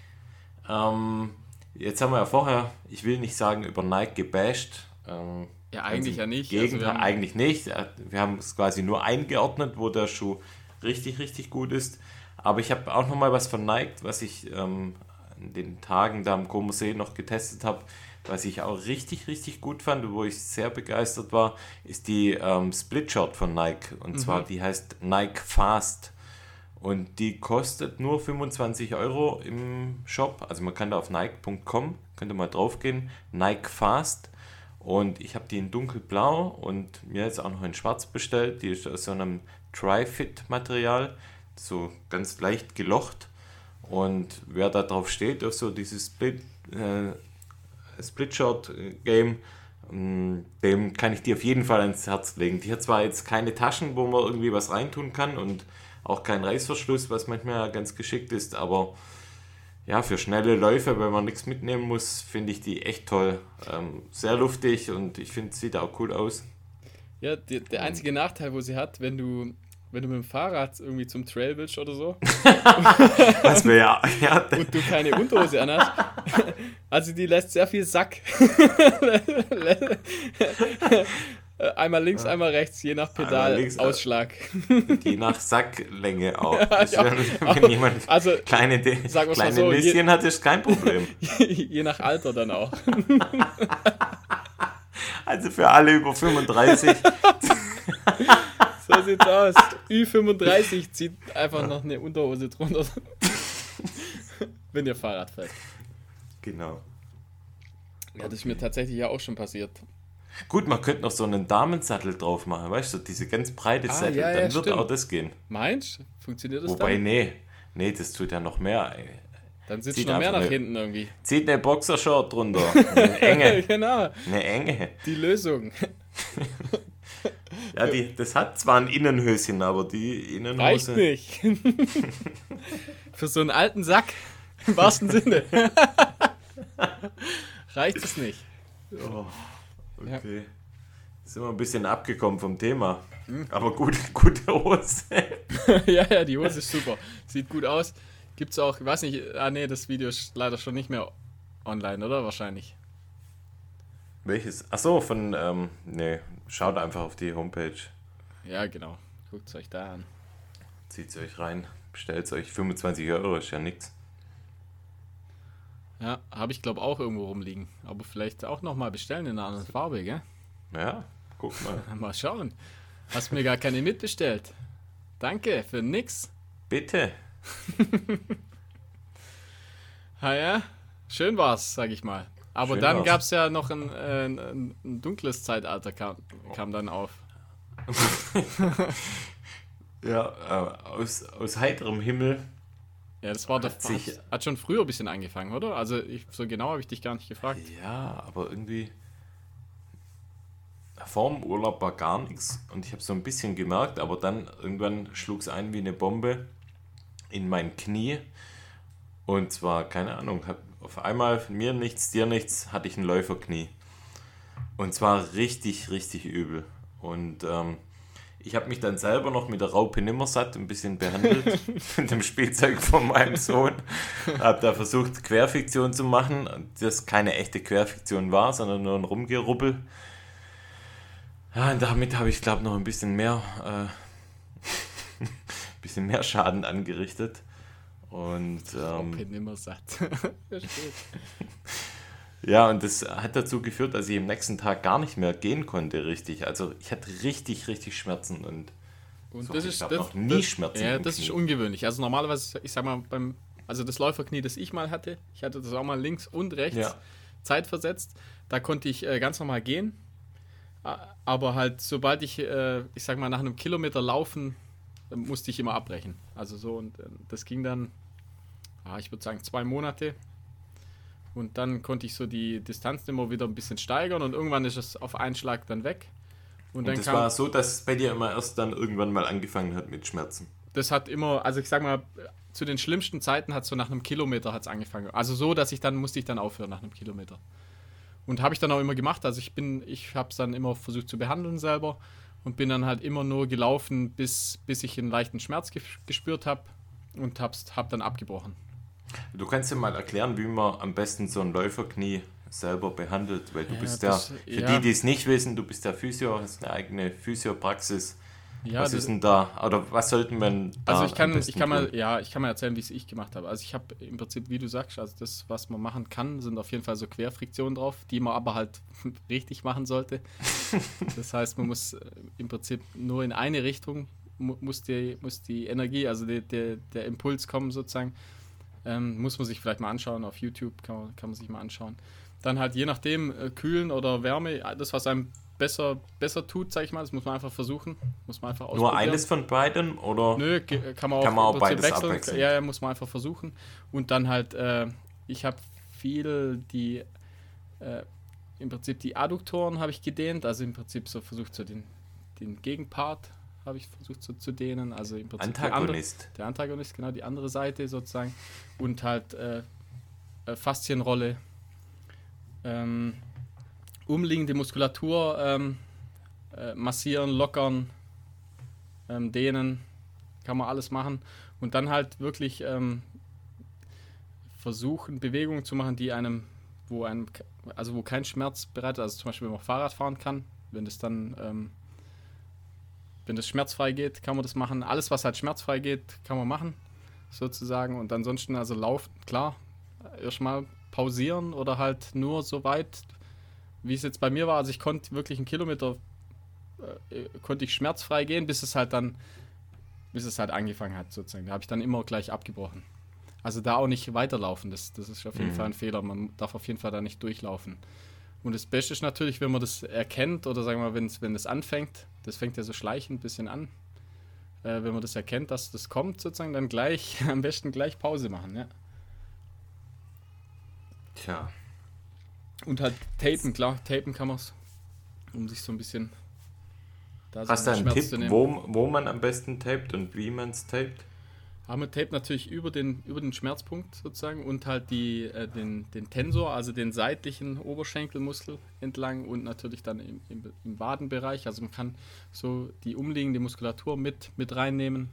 Ähm, jetzt haben wir ja vorher, ich will nicht sagen über Nike gebasht. Ähm, Ja, eigentlich also ja nicht. Gegenteil, Also wir haben- eigentlich nicht. Wir haben es quasi nur eingeordnet, wo der Schuh richtig, richtig gut ist. Aber ich habe auch noch mal was von Nike, was ich ähm, an den Tagen da am Comer See noch getestet habe, was ich auch richtig, richtig gut fand und wo ich sehr begeistert war, ist die ähm, Split-Shot von Nike. Und Mhm. zwar, die heißt Nike Fast. Und die kostet nur fünfundzwanzig Euro im Shop. Also man kann da auf nike punkt com, könnt ihr mal drauf gehen, Nike Fast. Und ich habe die in dunkelblau und mir jetzt auch noch in schwarz bestellt. Die ist aus so einem Tri-Fit-Material, so ganz leicht gelocht. Und wer da drauf steht, auf so dieses Split, äh, Split-Shot-Game, ähm, dem kann ich die auf jeden Fall ans Herz legen. Die hat zwar jetzt keine Taschen, wo man irgendwie was reintun kann und auch kein Reißverschluss, was manchmal ganz geschickt ist, aber ja, für schnelle Läufe, wenn man nichts mitnehmen muss, finde ich die echt toll. Ähm, sehr luftig und ich finde, es sieht auch cool aus. Ja, die, der einzige Nachteil, wo sie hat, wenn du, wenn du mit dem Fahrrad irgendwie zum Trail willst oder so Was wir ja, ja und du keine Unterhose anhast, also die lässt sehr viel Sack. Einmal links, einmal rechts, je nach Einmal links, Pedalausschlag. je nach Sacklänge auch. Ja, Das ja. wenn, wenn jemand Also, kleine, De sagen wir's mal kleine so, je- Nüsschen hat, ist kein Problem. je nach Alter dann auch. Also für alle über fünfunddreißig. So sieht's aus. Ü fünfunddreißig zieht einfach noch eine Unterhose drunter. Wenn ihr Fahrrad fährt. Genau. Ja, das ist mir tatsächlich ja auch schon passiert. Gut, man könnte noch so einen Damensattel drauf machen, weißt du, diese ganz breite Ah, Sattel, ja, ja, dann würde stimmt. auch das gehen. Meinst du? Funktioniert das Wobei, dann? nee, nee, das tut ja noch mehr. ey. Dann sitzt zieht noch mehr einfach nach eine- hinten irgendwie. Zieht eine Boxershort drunter, eine enge, Genau, eine enge. die Lösung. Ja, die, das hat zwar ein Innenhöschen, aber die Reicht Innenhose... nicht. Für so einen alten Sack, im wahrsten Sinne. Reicht es nicht. Oh, okay. Sind wir ein bisschen abgekommen vom Thema. Aber gut, gute Hose. Ja, ja, die Hose ist super. Sieht gut aus. Gibt's auch, ich weiß nicht, ah nee, das Video ist leider schon nicht mehr online, oder? Wahrscheinlich. Welches? Achso, von, ähm, nee, schaut einfach auf die Homepage. Ja, genau. Guckt es euch da an. Zieht euch rein, bestellt euch. fünfundzwanzig Euro ist ja nichts. Ja, habe ich glaube auch irgendwo rumliegen. Aber vielleicht auch nochmal bestellen in einer anderen Farbe, gell? Ja, guck mal. Mal schauen. Hast mir gar keine mitbestellt. Danke, für nix. Bitte. Ha ja, schön war's, sag ich mal. Aber Schön dann war's. gab's ja noch ein, äh, ein, ein dunkles Zeitalter, kam, kam dann auf. Ja, äh, aus, aus heiterem Himmel. Ja, das war doch, Hat sich- hat, hat schon früher ein bisschen angefangen, oder? Also ich, so genau habe ich dich gar nicht gefragt. Ja, aber irgendwie vor dem Urlaub war gar nichts und ich habe so ein bisschen gemerkt, aber dann irgendwann schlug es ein wie eine Bombe in mein Knie und zwar, keine Ahnung, hab auf einmal mir nichts, dir nichts, hatte ich ein Läuferknie und zwar richtig, richtig übel und ähm, Ich habe mich dann selber noch mit der Raupe Nimmersatt ein bisschen behandelt, mit dem Spielzeug von meinem Sohn. Habe da versucht, Querfiktion zu machen, das keine echte Querfiktion war, sondern nur ein Rumgerubbel. Ja, und damit habe ich, glaube ich, noch ein bisschen mehr, äh, ein bisschen mehr Schaden angerichtet. Und ähm, Raupe Nimmersatt. Versteht. ja, und das hat dazu geführt, dass ich am nächsten Tag gar nicht mehr gehen konnte, richtig. Also ich hatte richtig, richtig Schmerzen und, Und so, das ich ist habe das, noch nie das, Schmerzen ja, im das Knie. ist ungewöhnlich. Also normalerweise, ich sag mal, beim, also das Läuferknie, das ich mal hatte, ich hatte das auch mal links und rechts Ja. zeitversetzt. Da konnte ich äh, ganz normal gehen. A- Aber halt, sobald ich, äh, ich sag mal, nach einem Kilometer laufen, äh, musste ich immer abbrechen. Also so, und äh, das ging dann, ah, ich würde sagen, zwei Monate. Und dann konnte ich so die Distanz immer wieder ein bisschen steigern und irgendwann ist es auf einen Schlag dann weg. Und, Und dann das kam, war so, dass es bei dir immer erst dann irgendwann mal angefangen hat mit Schmerzen. das hat immer, also ich sag mal, zu den schlimmsten Zeiten hat es so nach einem Kilometer hat's angefangen. Also so, dass ich dann, musste ich dann aufhören nach einem Kilometer. Und habe ich dann auch immer gemacht. Also ich bin, ich habe es dann immer versucht zu behandeln selber und bin dann halt immer nur gelaufen, bis, bis ich einen leichten Schmerz ge- gespürt habe und hab's, hab dann abgebrochen. Du kannst dir mal erklären, wie man am besten so ein Läuferknie selber behandelt, weil du Ja, bist ja, das- für ja. die, die es nicht wissen, du bist ja Physio, hast eine eigene Physiopraxis. Ja, was das- ist denn da, oder was sollten wir da Also ich kann, am besten ich kann mal, tun? ja, ich kann mal erzählen, wie es ich gemacht habe. Also ich habe im Prinzip, wie du sagst, also das, was man machen kann, sind auf jeden Fall so Querfriktionen drauf, die man aber halt richtig machen sollte. Das heißt, man muss äh, im Prinzip nur in eine Richtung mu muss die, muss die Energie, also die, die, der Impuls kommen sozusagen. Ähm, muss man sich vielleicht mal anschauen, auf YouTube kann man, kann man sich mal anschauen. Dann halt je nachdem, äh, kühlen oder Wärme, das was einem besser, besser tut, sag ich mal, das muss man einfach versuchen, muss man einfach ausprobieren. Nur eines von beiden, oder? Nö, ge- kann man auch, Kann man auch im Prinzip beides wechseln. abwechseln. Ja, ja, muss man einfach versuchen. Und dann halt, äh, ich habe viel die, äh, im Prinzip die Adduktoren habe ich gedehnt, also im Prinzip so versucht, so den, den Gegenpart habe ich versucht so zu dehnen, also im Prinzip die andere, Antagonist. der Antagonist, genau, die andere Seite sozusagen. Und halt äh, äh, Faszienrolle, ähm, umliegende Muskulatur ähm, äh, massieren, lockern, ähm, dehnen, kann man alles machen. Und dann halt wirklich ähm, versuchen, Bewegungen zu machen, die einem, wo einem, also wo kein Schmerz bereitet, also zum Beispiel, wenn man Fahrrad fahren kann, wenn das dann, ähm, wenn das schmerzfrei geht, kann man das machen. Alles, was halt schmerzfrei geht, kann man machen, sozusagen. Und ansonsten, also laufen, klar, erstmal pausieren oder halt nur so weit, wie es jetzt bei mir war. Also ich konnte wirklich einen Kilometer, äh, konnte ich schmerzfrei gehen, bis es halt dann, bis es halt angefangen hat, sozusagen. Da habe ich dann immer gleich abgebrochen. Also da auch nicht weiterlaufen, das, das ist auf jeden Mhm. Fall ein Fehler. Man darf auf jeden Fall da nicht durchlaufen. Und das Beste ist natürlich, wenn man das erkennt oder sagen wir mal, wenn's, wenn es anfängt, das fängt ja so schleichend ein bisschen an, äh, wenn man das erkennt, dass das kommt sozusagen, dann gleich, am besten gleich Pause machen, ja. Tja. Und halt tapen, klar, tapen kann man es, um sich so ein bisschen da so Hast du einen Schmerz Tipp, zu nehmen. wo, wo man am besten tapet und wie man es tapet? Aber man tapet natürlich über den, über den Schmerzpunkt sozusagen und halt die, äh, den, den Tensor, also den seitlichen Oberschenkelmuskel entlang und natürlich dann im, im, im Wadenbereich. Also man kann so die umliegende Muskulatur mit, mit reinnehmen.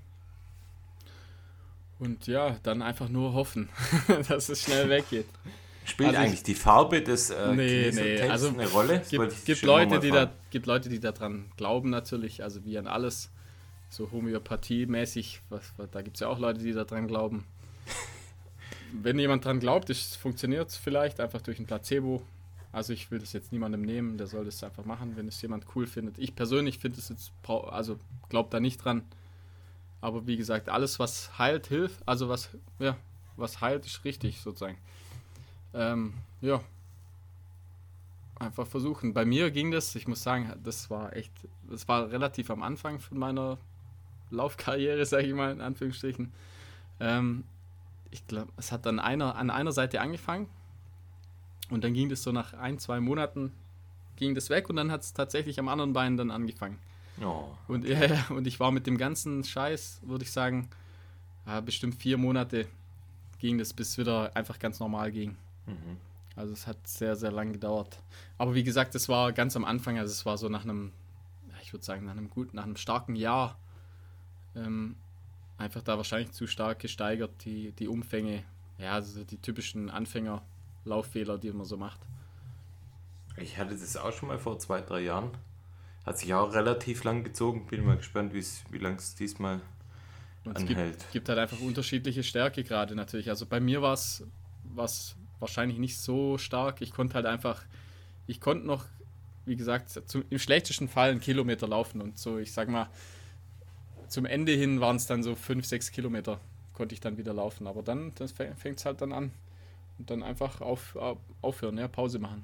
Und ja, dann einfach nur hoffen, dass es schnell weggeht. Spielt Also ich- eigentlich die Farbe des äh, Nee, Knies und nee, Tapes also eine Rolle? Das wollte gibt, ich gibt, schon immer Leute, mal die da, fragen. gibt Leute, die daran glauben natürlich, also wie an alles, so Homöopathie-mäßig, was, was, da gibt es ja auch Leute, die daran glauben. Wenn jemand dran glaubt, funktioniert es vielleicht einfach durch ein Placebo. Also ich will das jetzt niemandem nehmen, der soll das einfach machen, wenn es jemand cool findet. Ich persönlich finde es jetzt, brau- also glaub da nicht dran. Aber wie gesagt, alles was heilt, hilft. Also was, ja, was heilt, ist richtig sozusagen. Ähm, ja. Einfach versuchen. Bei mir ging das, ich muss sagen, das war echt, das war relativ am Anfang von meiner Laufkarriere, sage ich mal, in Anführungsstrichen. Ähm, ich glaube, es hat dann einer, an einer Seite angefangen und dann ging das so nach ein, zwei Monaten ging das weg und dann hat es tatsächlich am anderen Bein dann angefangen. Oh. Und, ja, ja, und ich war mit dem ganzen Scheiß, würde ich sagen, ja, bestimmt vier Monate ging das, bis es wieder einfach ganz normal ging. Mhm. Also es hat sehr, sehr lang gedauert. Aber wie gesagt, das war ganz am Anfang, also es war so nach einem, ich würde sagen, nach einem guten, nach einem starken Jahr ähm, einfach da wahrscheinlich zu stark gesteigert, die, die Umfänge, ja, also die typischen Anfängerlauffehler, die man so macht. Ich hatte das auch schon mal vor zwei, drei Jahren. Hat sich auch relativ lang gezogen. Bin mal gespannt, wie lange es diesmal Und anhält. Es gibt, gibt halt einfach unterschiedliche Stärke gerade natürlich. Also bei mir war es wahrscheinlich nicht so stark. Ich konnte halt einfach, ich konnte noch, wie gesagt, zum, im schlechtesten Fall einen Kilometer laufen und so, ich sag mal, zum Ende hin waren es dann so fünf, sechs Kilometer, konnte ich dann wieder laufen. Aber dann fängt es halt dann an und dann einfach auf, auf, aufhören, ja, Pause machen.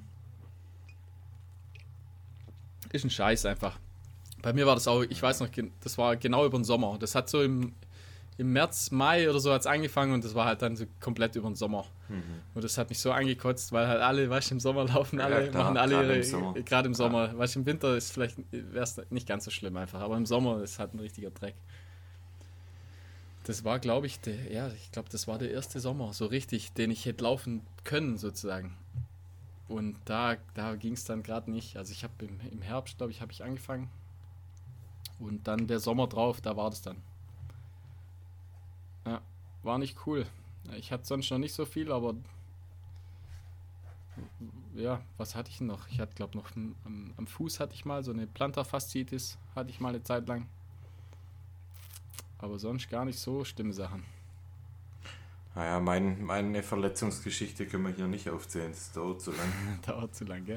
Ist ein Scheiß einfach. Bei mir war das auch, ich weiß noch, das war genau über den Sommer. Das hat so im, im März, Mai oder so hat es angefangen und das war halt dann so komplett über den Sommer. Mhm. Und das hat mich so angekotzt, weil halt alle, weißt du, im Sommer laufen alle, ja, klar, machen alle ihre, gerade im Sommer. Ja. Weißt du, im Winter ist vielleicht, wäre es nicht ganz so schlimm einfach, aber im Sommer ist halt ein richtiger Dreck. Das war, glaube ich, der, ja, ich glaube, das war der erste Sommer, so richtig, den ich hätte laufen können, sozusagen. Und da, da ging es dann gerade nicht. Also ich habe im, im Herbst, glaube ich, habe ich angefangen. Und dann der Sommer drauf, da war das dann. Ja, war nicht cool. Ich hatte sonst noch nicht so viel, aber ja, was hatte ich denn noch? Ich hatte, glaube noch am, am Fuß hatte ich mal so eine Plantarfasziitis, hatte ich mal eine Zeit lang. Aber sonst gar nicht so schlimme Sachen. Naja, mein, meine Verletzungsgeschichte können wir hier nicht aufzählen, das dauert zu lang. Dauert zu lang, gell?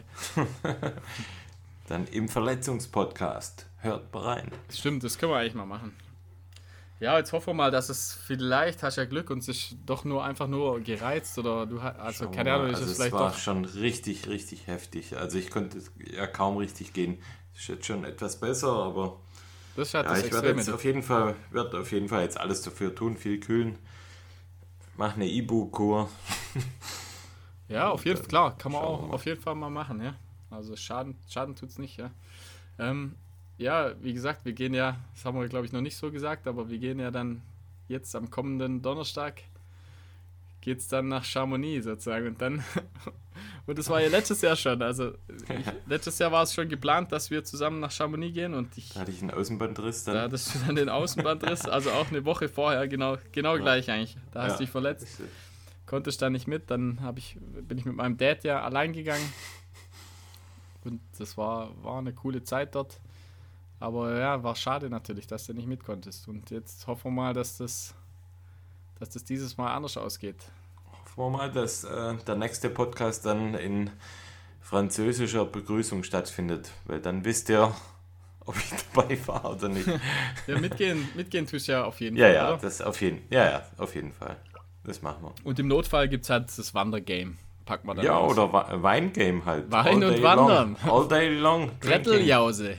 Dann im Verletzungspodcast. Hört mal rein. Stimmt, das können wir eigentlich mal machen. Ja, jetzt hoffen wir mal, dass es vielleicht, hast du ja Glück, und es ist doch nur einfach nur gereizt oder du hast, also keine Ahnung, ist also es es vielleicht war doch... schon richtig, richtig heftig. Also ich konnte ja kaum richtig gehen. Ist jetzt schon etwas besser, aber das hat ja, das ich werde jetzt auf jeden Fall, werde auf jeden Fall jetzt alles dafür tun, viel kühlen. Mach eine Ibu-Kur. Ja, auf jeden Fall, klar, kann man auch auf jeden Fall mal machen, ja. Also Schaden, Schaden tut's nicht, ja. Ähm, ja, wie gesagt, wir gehen ja, das haben wir glaube ich noch nicht so gesagt, aber wir gehen ja dann jetzt am kommenden Donnerstag geht's dann nach Chamonix sozusagen und dann und das war ja letztes Jahr schon, also ich, letztes Jahr war es schon geplant, dass wir zusammen nach Chamonix gehen und ich... Da hatte ich einen Außenbandriss dann. Da hattest du dann den Außenbandriss, also auch eine Woche vorher, genau, genau ja. gleich eigentlich, da hast du ja. dich verletzt, konntest dann nicht mit, dann hab ich, bin ich mit meinem Dad ja allein gegangen und das war, war eine coole Zeit dort, aber ja, war schade natürlich, dass du nicht mit konntest und jetzt hoffen wir mal, dass das dass das dieses Mal anders ausgeht. Hoffen wir mal, dass äh, der nächste Podcast dann in französischer Begrüßung stattfindet, weil dann wisst ihr, ob ich dabei war oder nicht. Ja, mitgehen, mitgehen tust du ja auf jeden ja, Fall, ja, oder? Das auf jeden, ja, ja, auf jeden Fall. Das machen wir. Und im Notfall gibt es halt das Wandergame. Packen wir dann ja, aus. Oder Wa- Weingame halt. Wein und Wandern. Long, all day long. Bretteljause.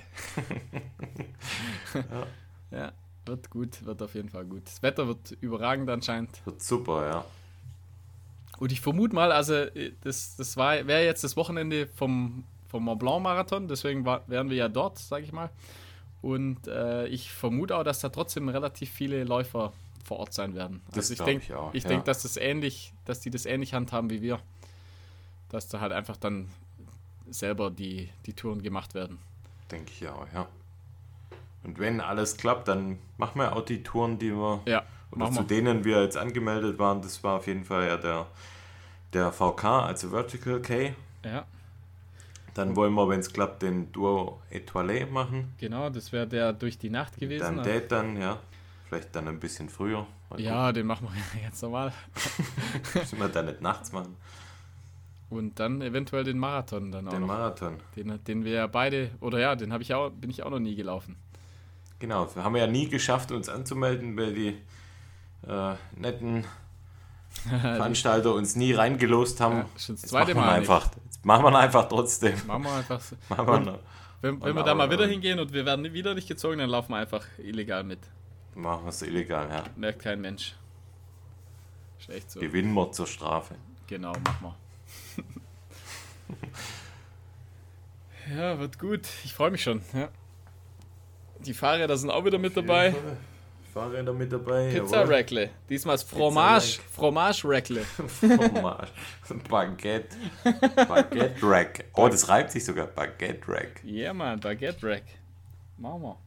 ja. Ja. Wird gut, wird auf jeden Fall gut. Das Wetter wird überragend anscheinend. Wird super, ja. Und ich vermute mal, also das, das wäre jetzt das Wochenende vom, vom Mont Blanc Marathon, deswegen war, wären wir ja dort, sage ich mal. Und äh, ich vermute auch, dass da trotzdem relativ viele Läufer vor Ort sein werden. Das also ich denke denk, ich auch. Ich ja. denke, dass das ähnlich, dass die das ähnlich handhaben wie wir. Dass da halt einfach dann selber die, die Touren gemacht werden. Denke ich auch, ja. Und wenn alles klappt, dann machen wir auch die Touren, die wir, ja, oder zu wir. denen wir jetzt angemeldet waren. Das war auf jeden Fall ja der, der V K, also Vertical K. Ja. Dann wollen wir, wenn es klappt, den Duo Etoile machen. Genau, das wäre der durch die Nacht gewesen. Dann der dann, ja. Vielleicht dann ein bisschen früher. Mal ja, gucken. Den machen wir jetzt normal. Müssen wir dann nicht nachts machen. Und dann eventuell den Marathon dann auch Den noch. Marathon. Den, den wir ja beide, oder ja, den habe ich auch, bin ich auch noch nie gelaufen. Genau, wir haben ja nie geschafft, uns anzumelden, weil die äh, netten Veranstalter uns nie reingelost haben. Ja, schon das zweite Mal einfach. Jetzt machen wir einfach trotzdem. Machen wir einfach so. Machen wir noch. Wenn, wenn wir da mal wieder hingehen und wir werden wieder nicht gezogen, dann laufen wir einfach illegal mit. Machen wir es illegal, ja. Merkt kein Mensch. Ist echt so. Gewinnen wir zur Strafe. Genau, machen wir. Ja, wird gut. Ich freue mich schon. Ja. Die Fahrräder sind auch wieder mit dabei. Fahrräder mit dabei. Pizza-Rackle. Diesmal ist Fromage. Fromage-Rackle. Fromage. Baguette. Baguette-Rack. Oh, das reibt sich sogar. Baguette-Rack. Ja, yeah, Mann. Baguette-Rack. machen wir.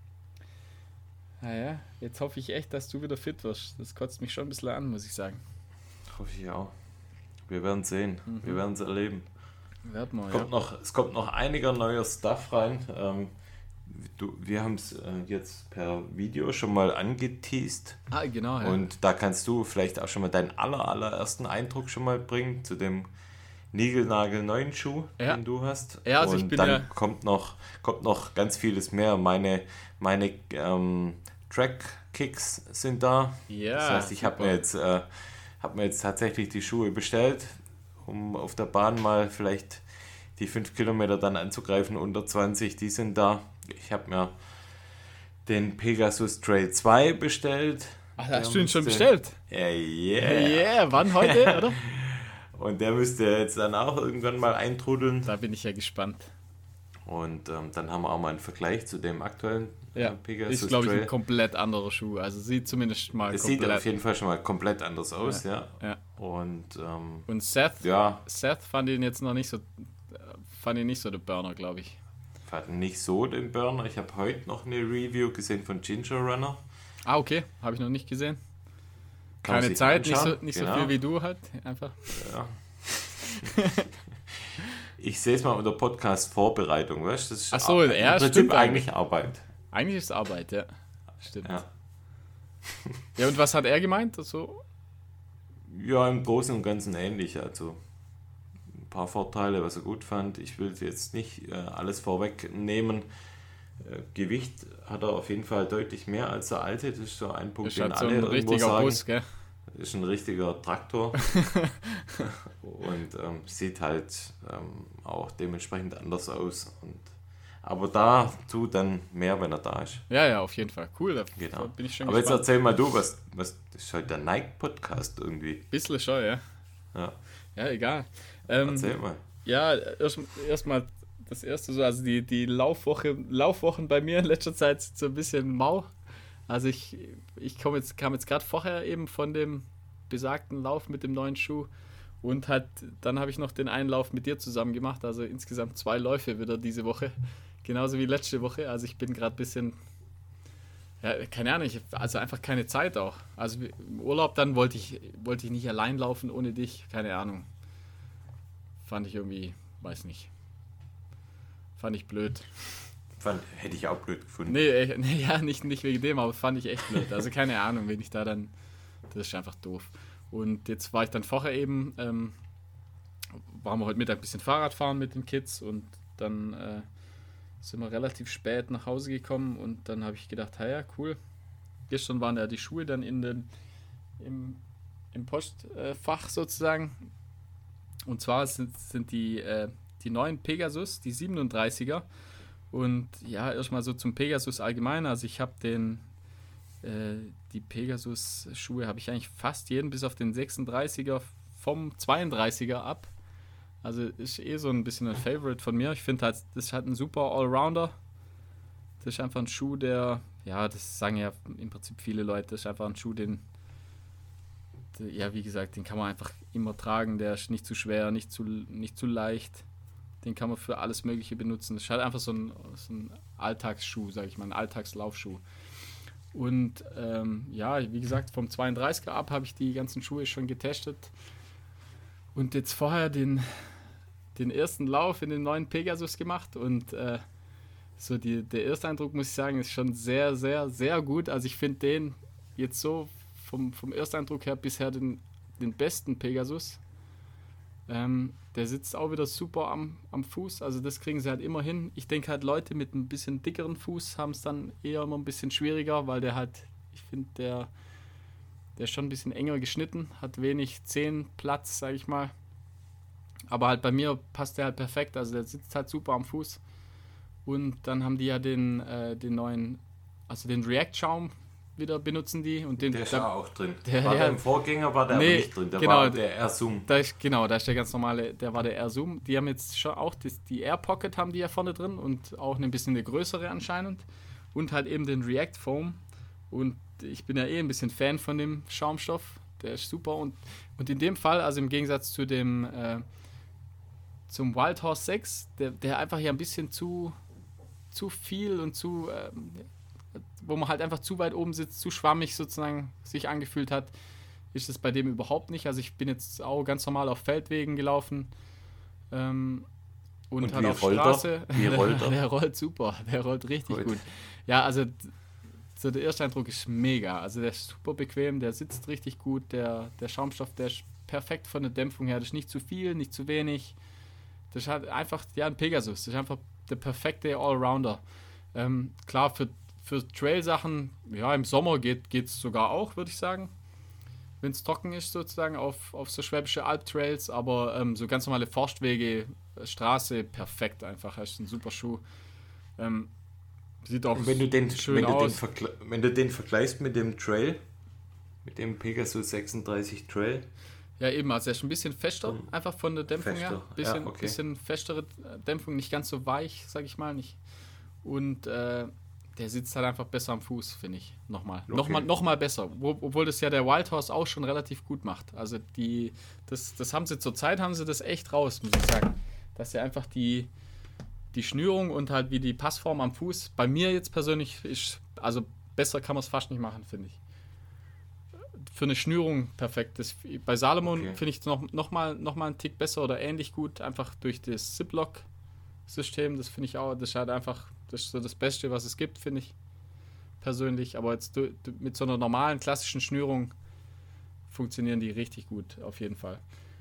Naja, jetzt hoffe ich echt, dass du wieder fit wirst. Das kotzt mich schon ein bisschen an, muss ich sagen. Hoffe ich auch. Wir werden sehen. Mhm. Wir werden es erleben. Werden wir, kommt ja. noch, es kommt noch einiger neuer Stuff rein. Ähm, du, wir haben es äh, jetzt per Video schon mal angeteased. Ah, genau, ja. Und da kannst du vielleicht auch schon mal deinen aller, allerersten Eindruck schon mal bringen zu dem niegelnagelneuen Schuh, ja. den du hast. Ja, also und ich bin dann ja kommt noch, kommt noch ganz vieles mehr. Meine, meine ähm, Track-Kicks sind da. Ja, das heißt, ich habe mir, jetzt, äh, hab mir jetzt tatsächlich die Schuhe bestellt, um auf der Bahn mal vielleicht die fünf Kilometer dann anzugreifen, unter zwanzig, die sind da. Ich habe mir den Pegasus Trail zwei bestellt. Ach, hast du ihn schon bestellt? Ja, yeah. Yeah, wann heute, oder? Und der müsste jetzt dann auch irgendwann mal eintrudeln. Da bin ich ja gespannt. Und ähm, dann haben wir auch mal einen Vergleich zu dem aktuellen ja, äh, Pegasus ist, glaube ich, Trail. ein komplett anderer Schuh. Also sieht zumindest mal es komplett... sieht auf jeden Fall schon mal komplett anders aus, ja. ja. ja. Und, ähm, Und Seth, ja. Seth fand ihn jetzt noch nicht so... Fand ihn nicht so der Burner, glaube ich. Fand nicht so den Burner. Ich habe heute noch eine Review gesehen von Ginger Runner. Ah, okay. Habe ich noch nicht gesehen. Kann Keine Zeit, nicht so, nicht genau. so viel wie du halt. Einfach. Ja. Ich sehe es mal unter Podcast-Vorbereitung, weißt du? Das ist Ach so, Ar- ja, im Prinzip stimmt eigentlich eigentlich. Arbeit. Eigentlich ist es Arbeit, ja. Stimmt. Ja. Ja, und was hat er gemeint? So? Ja, im Großen und Ganzen ähnlich. Also ein paar Vorteile, was er gut fand. Ich will jetzt nicht äh, alles vorwegnehmen. Äh, Gewicht hat er auf jeden Fall deutlich mehr als der alte. Das ist so ein Punkt, Das den ist halt so alle ein irgendwo richtiger sagen. Bus, gell? Das ist ein richtiger Traktor. Und ähm, sieht halt ähm, auch dementsprechend anders aus. Und, aber dazu dann mehr, wenn er da ist. Ja, ja, auf jeden Fall. Cool, da Genau. bin ich schon Aber gespannt. jetzt erzähl mal du, was, was das ist halt der Nike-Podcast irgendwie. Bisschen schon, ja. Ja, Ja, egal. Ähm, erzähl mal. Ja, erstmal erst mal das erste so, also die, die Laufwoche, Laufwochen bei mir in letzter Zeit sind so ein bisschen mau. Also ich, ich komm jetzt, kam jetzt gerade vorher eben von dem besagten Lauf mit dem neuen Schuh und halt, dann habe ich noch den einen Lauf mit dir zusammen gemacht, also insgesamt zwei Läufe wieder diese Woche, genauso wie letzte Woche. Also ich bin gerade ein bisschen, ja, keine Ahnung, ich, also einfach keine Zeit auch. Also im Urlaub dann wollte ich, wollte ich nicht allein laufen ohne dich, keine Ahnung. Fand ich irgendwie, weiß nicht. Fand ich blöd. Fand, hätte ich auch blöd gefunden. Nee, äh, nee ja, nicht, nicht wegen dem, aber fand ich echt blöd. Also keine Ahnung, wenn ich da dann, das ist einfach doof. Und jetzt war ich dann vorher eben, ähm, waren wir heute Mittag ein bisschen Fahrrad fahren mit den Kids und dann äh, sind wir relativ spät nach Hause gekommen und dann habe ich gedacht, ja, ja, cool. Gestern waren ja die Schuhe dann in den, im, im Postfach sozusagen. Und zwar sind, sind die, äh, die neuen Pegasus, die siebenunddreißiger. Und ja, erstmal so zum Pegasus allgemein. Also ich habe den, äh, die Pegasus-Schuhe habe ich eigentlich fast jeden, bis auf den sechsunddreißiger vom zweiunddreißiger ab. Also ist eh so ein bisschen ein Favorite von mir. Ich finde halt, das ist halt ein super Allrounder. Das ist einfach ein Schuh, der, ja, das sagen ja im Prinzip viele Leute, das ist einfach ein Schuh, den, der, ja, wie gesagt, den kann man einfach immer tragen. Der ist nicht zu schwer, nicht zu, nicht zu leicht. Den kann man für alles Mögliche benutzen. Das ist halt einfach so ein, so ein Alltagsschuh, sage ich mal, ein Alltagslaufschuh. Und ähm, ja, wie gesagt, vom zweiunddreißiger ab habe ich die ganzen Schuhe schon getestet. Und jetzt vorher den, den ersten Lauf in den neuen Pegasus gemacht. Und äh, so die, der erste Eindruck, muss ich sagen, ist schon sehr, sehr, sehr gut. Also ich finde den jetzt so vom, vom Ersteindruck her bisher den, den besten Pegasus. Ähm, der sitzt auch wieder super am, am Fuß, also das kriegen sie halt immer hin. Ich denke halt, Leute mit ein bisschen dickeren Fuß haben es dann eher immer ein bisschen schwieriger, weil der halt, ich finde, der, der ist schon ein bisschen enger geschnitten, hat wenig Zehenplatz, sage ich mal. Aber halt bei mir passt der halt perfekt, also der sitzt halt super am Fuß. Und dann haben die ja den, äh, den neuen, also den React-Schaum wieder benutzen die. Und den, der ist da, ja auch drin. Der, war ja, der im Vorgänger, war der nee, aber nicht drin. Der genau, war der Air Zoom. Da ist, genau, da ist der ganz normale, der war der Air Zoom. Die haben jetzt schon auch das, die Air Pocket haben die ja vorne drin und auch ein bisschen eine größere anscheinend. Und halt eben den React Foam. Und ich bin ja eh ein bisschen Fan von dem Schaumstoff. Der ist super. Und, und in dem Fall, also im Gegensatz zu dem äh, zum Wild Horse sechs, der, der einfach hier ein bisschen zu zu viel und zu, ähm, wo man halt einfach zu weit oben sitzt, zu schwammig sozusagen sich angefühlt hat, ist es bei dem überhaupt nicht. Also ich bin jetzt auch ganz normal auf Feldwegen gelaufen ähm, und, und halt auf Straße. Wie rollt er? Der rollt super, der rollt richtig gut. gut. Ja, also so der erste Eindruck ist mega. Also der ist super bequem, der sitzt richtig gut, der, der Schaumstoff, der ist perfekt von der Dämpfung her. Das ist nicht zu viel, nicht zu wenig. Das ist halt einfach, ja, ein Pegasus. Das ist einfach der perfekte Allrounder. Ähm, klar, für, für Trail-Sachen, ja, im Sommer geht es sogar auch, würde ich sagen. Wenn es trocken ist, sozusagen, auf, auf so schwäbische Alp-Trails. Aber ähm, so ganz normale Forstwege, Straße, perfekt einfach. Das ist ein super Schuh. Ähm, sieht auch wenn du den, schön wenn aus. Du den wenn du den vergleichst mit dem Trail, mit dem Pegasus sechsunddreißig Trail. Ja, eben, also er ist ein bisschen fester, um, einfach von der Dämpfung fester. her. Bisschen, ja, okay. bisschen festere Dämpfung, nicht ganz so weich, sag ich mal. nicht. Und äh, der sitzt halt einfach besser am Fuß, finde ich. Nochmal. Okay. Nochmal, nochmal besser. Wo, obwohl das ja der Wildhorse auch schon relativ gut macht. Also die, das, das haben sie zur Zeit, haben sie das echt raus, muss ich sagen. Dass sie einfach die, die Schnürung und halt wie die Passform am Fuß, bei mir jetzt persönlich ist, also besser kann man es fast nicht machen, finde ich. Für eine Schnürung perfekt. Das, bei Salomon okay. finde ich es noch, noch, mal, noch mal einen Tick besser oder ähnlich gut, einfach durch das Ziplock-System. Das finde ich auch, das ist halt einfach, das ist so das Beste, was es gibt, finde ich persönlich. Aber jetzt du, du, mit so einer normalen, klassischen Schnürung funktionieren die richtig gut, auf jeden Fall.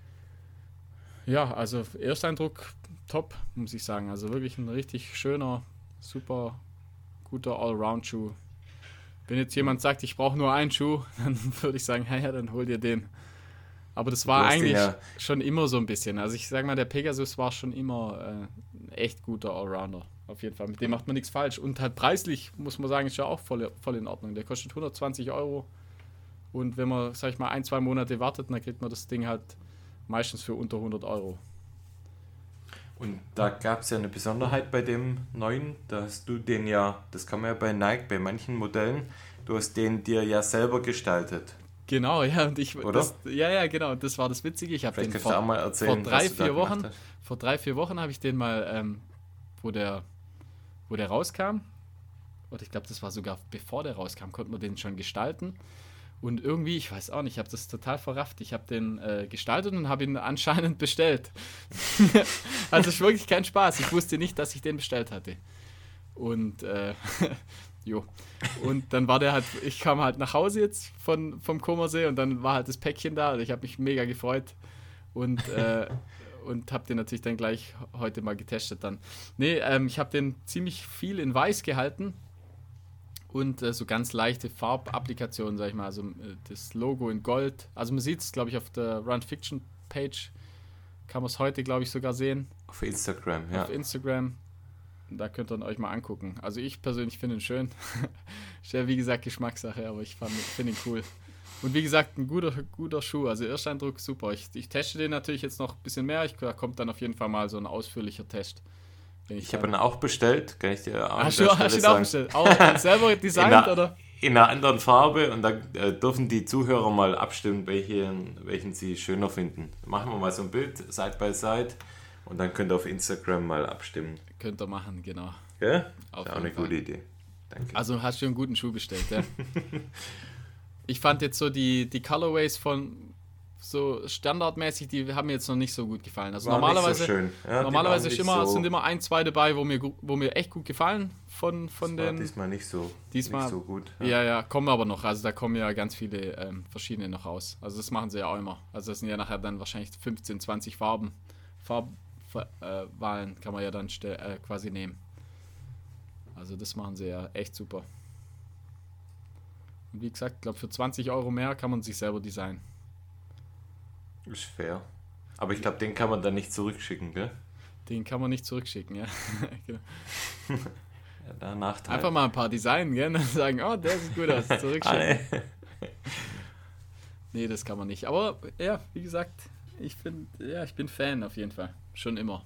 Ja, also Ersteindruck top, muss ich sagen. Also wirklich ein richtig schöner, super guter Allround-Schuh. Wenn jetzt jemand sagt, ich brauche nur einen Schuh, dann würde ich sagen, ja, ja, dann hol dir den. Aber das war eigentlich ja schon immer so ein bisschen. Also ich sage mal, der Pegasus war schon immer äh, ein echt guter Allrounder. Auf jeden Fall. Mit dem macht man nichts falsch. Und halt preislich, muss man sagen, ist ja auch voll, voll in Ordnung. Der kostet hundertzwanzig Euro. Und wenn man, sag ich mal, ein, zwei Monate wartet, dann kriegt man das Ding halt meistens für unter hundert Euro. Und da gab es ja eine Besonderheit bei dem neuen, da hast du den ja, das kann man ja bei Nike, bei manchen Modellen, du hast den dir ja selber gestaltet. Genau, ja, und ich, Oder? Das, ja, ja, genau, das war das Witzige. Ich habe den vor, auch mal erzählen, vor drei, vier Wochen, vor drei, vier Wochen habe ich den mal, ähm, wo der, wo der rauskam, oder ich glaube, das war sogar bevor der rauskam, konnte man den schon gestalten. Und irgendwie, ich weiß auch nicht, ich habe das total verrafft. Ich habe den äh, gestaltet und habe ihn anscheinend bestellt. Also es ist wirklich kein Spaß. Ich wusste nicht, dass ich den bestellt hatte. Und äh, jo. Und dann war der halt, ich kam halt nach Hause jetzt von, vom Comersee und dann war halt das Päckchen da. Ich habe mich mega gefreut und, äh, und habe den natürlich dann gleich heute mal getestet dann. Nee, ähm, ich habe den ziemlich viel in weiß gehalten. Und äh, so ganz leichte Farbapplikationen, sag ich mal, also äh, das Logo in Gold. Also man sieht es, glaube ich, auf der Run Fiction Page. Kann man es heute, glaube ich, sogar sehen. Auf Instagram, ja. Auf Instagram. Da könnt ihr ihn euch mal angucken. Also ich persönlich finde ihn schön. Ist ja, wie gesagt, Geschmackssache, aber ich finde ihn cool. Und wie gesagt, ein guter, guter Schuh. Also Ersteindruck super. Ich, ich teste den natürlich jetzt noch ein bisschen mehr. Ich, da kommt dann auf jeden Fall mal so ein ausführlicher Test. Ich, ich habe ihn auch bestellt, kann ich dir auch Hast du hast ihn auch bestellt? Auch selber designt, in oder? In einer anderen Farbe und da äh, dürfen die Zuhörer mal abstimmen, welchen, welchen sie schöner finden. Machen wir mal so ein Bild, Side by Side und dann könnt ihr auf Instagram mal abstimmen. Könnt ihr machen, genau. Ja? Auf ist auch eine Fall. Gute Idee. Danke. Also hast du einen guten Schuh bestellt, ja? Ich fand jetzt so die, die Colorways von so standardmäßig, die haben mir jetzt noch nicht so gut gefallen. Also war normalerweise, nicht so schön. Ja, normalerweise ist immer, so sind immer ein, zwei dabei, wo mir, wo mir echt gut gefallen von, von das den. War diesmal nicht so, diesmal, nicht so gut. Ja. ja, ja, kommen aber noch. Also da kommen ja ganz viele ähm, verschiedene noch raus. Also das machen sie ja auch immer. Also das sind ja nachher dann wahrscheinlich fünfzehn, zwanzig Farben. Farbwahlen äh, kann man ja dann stell, äh, quasi nehmen. Also das machen sie ja echt super. Und wie gesagt, ich glaube für zwanzig Euro mehr kann man sich selber designen. Ist fair. Aber ich glaube, den kann man dann nicht zurückschicken, gell? Den kann man nicht zurückschicken, ja. Genau. Ja, da Nachteil. Einfach mal ein paar designen, gell? Und sagen, oh, der sieht gut aus, zurückschicken. Nee, das kann man nicht. Aber ja, wie gesagt, ich bin, ja, ich bin Fan auf jeden Fall. Schon immer.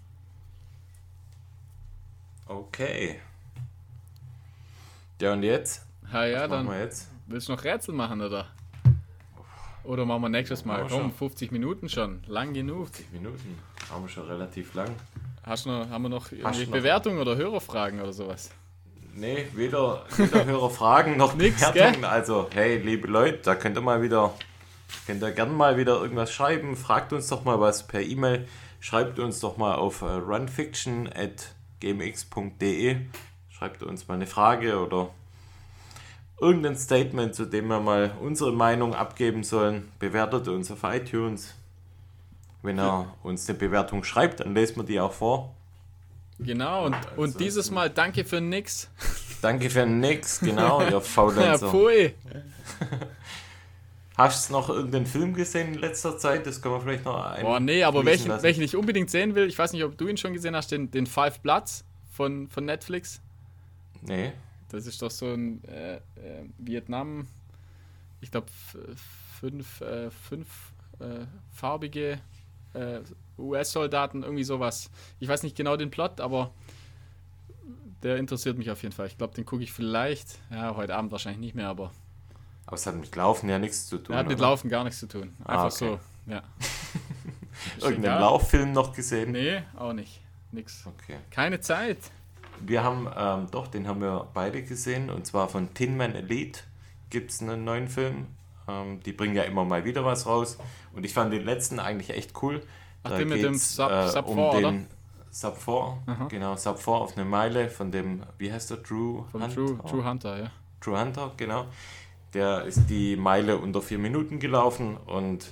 Okay. Ja, und jetzt? Ja, ja, Was dann machen wir jetzt? Willst du noch Rätsel machen, oder? Oder machen wir nächstes Mal? Komm, fünfzig Minuten schon. Lang genug. fünfzig Minuten. Haben wir schon relativ lang. Hast du noch, haben wir noch Hast irgendwie noch- Bewertungen oder Hörerfragen oder sowas? Nee, weder, weder Hörerfragen noch Nix, Bewertungen. Also, hey, liebe Leute, da könnt ihr mal wieder, könnt ihr gerne mal wieder irgendwas schreiben. Fragt uns doch mal was per E-Mail. Schreibt uns doch mal auf äh, runfiction at gmx punkt de. Schreibt uns mal eine Frage oder irgendein Statement, zu dem wir mal unsere Meinung abgeben sollen. Bewertet uns auf iTunes. Wenn ihr uns eine Bewertung schreibt, dann lesen wir die auch vor. Genau, und, Also, und dieses Mal danke für nix. Danke für nix, genau, ihr Ja, Faulenzer. pfui. Hast du noch irgendeinen Film gesehen in letzter Zeit? Das können wir vielleicht noch ein. Boah, nee, aber fließen welchen, lassen. welchen ich unbedingt sehen will, ich weiß nicht, ob du ihn schon gesehen hast, den, den Five Bloods von, von Netflix. Nee. Das ist doch so ein äh, äh, Vietnam, ich glaube, fünf, äh, fünf äh, farbige äh, U S-Soldaten, irgendwie sowas. Ich weiß nicht genau den Plot, aber der interessiert mich auf jeden Fall. Ich glaube, den gucke ich vielleicht, ja, heute Abend wahrscheinlich nicht mehr, aber Aber es hat mit Laufen ja nichts zu tun. er hat mit oder? Laufen gar nichts zu tun. Einfach Ah, okay. so, ja. Ist Irgendeinen egal. Lauffilm noch gesehen? Nee, auch nicht. Nix. Okay. Keine Zeit. Wir haben, ähm, doch, den haben wir beide gesehen. Und zwar von Tin Man Elite gibt es einen neuen Film. Ähm, die bringen ja immer mal wieder was raus. Und ich fand den letzten eigentlich echt cool. Ach, den mit dem geht's, Sub- äh, Sub um vier, oder? den Sub vier, Aha. genau, Sub vier auf eine Meile von dem, wie heißt der, Drew Vom Hunt? True, True Hunter, ja. True Hunter, genau. Der ist die Meile unter vier Minuten gelaufen und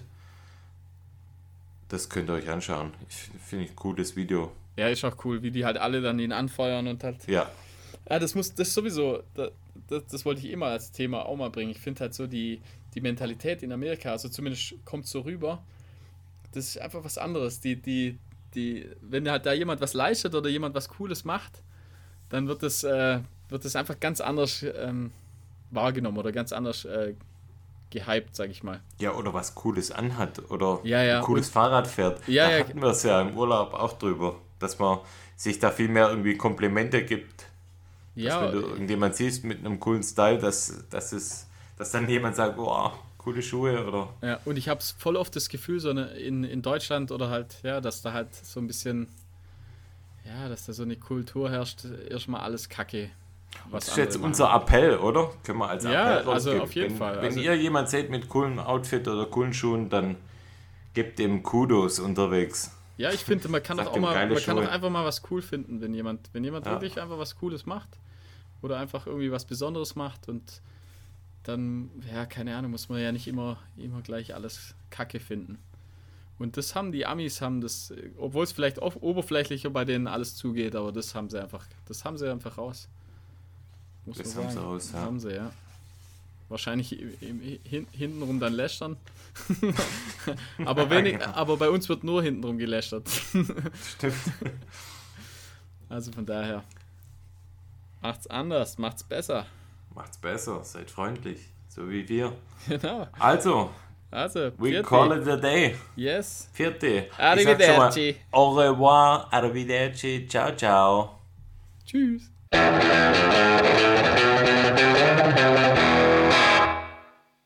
das könnt ihr euch anschauen. Ich finde ich ein cooles Video. Ja, ist auch cool, wie die halt alle dann ihn anfeuern und halt. Ja, Ja, das muss, das sowieso, das, das, das wollte ich immer als Thema auch mal bringen. Ich finde halt so die, die Mentalität in Amerika, also zumindest kommt so rüber, das ist einfach was anderes. Die, die, die, wenn halt da jemand was leistet oder jemand was Cooles macht, dann wird das, äh, wird das einfach ganz anders ähm, wahrgenommen oder ganz anders äh, gehypt, sag ich mal. ja, oder was Cooles anhat oder Ja, ja, ein cooles und- Fahrrad fährt. Ja, da ja. hatten wir es ja im Urlaub auch drüber, dass man sich da viel mehr irgendwie Komplimente gibt. Ja, Dass wenn du irgendjemand siehst mit einem coolen Style, dass, dass, es, dass dann jemand sagt, oh, coole Schuhe oder... ja, und ich habe voll oft das Gefühl, so eine, in, in Deutschland oder halt, ja, dass da halt so ein bisschen, ja, dass da so eine Kultur herrscht, erstmal alles Kacke. Was Das ist jetzt andere machen. unser Appell, oder? Können wir als Appell Ja, also rausgeben. auf jeden wenn, Fall. Wenn Also- ihr jemand seht mit coolem Outfit oder coolen Schuhen, dann gebt ihm Kudos unterwegs. Ja, ich finde, man kann Sagt doch auch ihm mal, geile man kann doch Schuhe. einfach mal was cool finden, wenn jemand, wenn jemand Ja. wirklich einfach was Cooles macht oder einfach irgendwie was Besonderes macht und dann, ja, keine Ahnung, muss man ja nicht immer, immer gleich alles Kacke finden. Und das haben die Amis, haben das, obwohl es vielleicht oft oberflächlicher bei denen alles zugeht, aber das haben sie einfach, das haben sie einfach raus. Muss Das man haben sie sagen. raus, ja. Haben sie, ja. Wahrscheinlich im, im, hin, hintenrum dann lästern. aber, wenig, Genau. aber bei uns wird nur hintenrum gelästert. Stimmt. Also von daher, macht's anders, macht's besser. Macht's besser, seid freundlich, so wie wir. Genau. Also, Also, we vierte. call it a day. Yes. Vierte. Arrivederci. Ich sag schon mal, au revoir, arrivederci, ciao, ciao. Tschüss.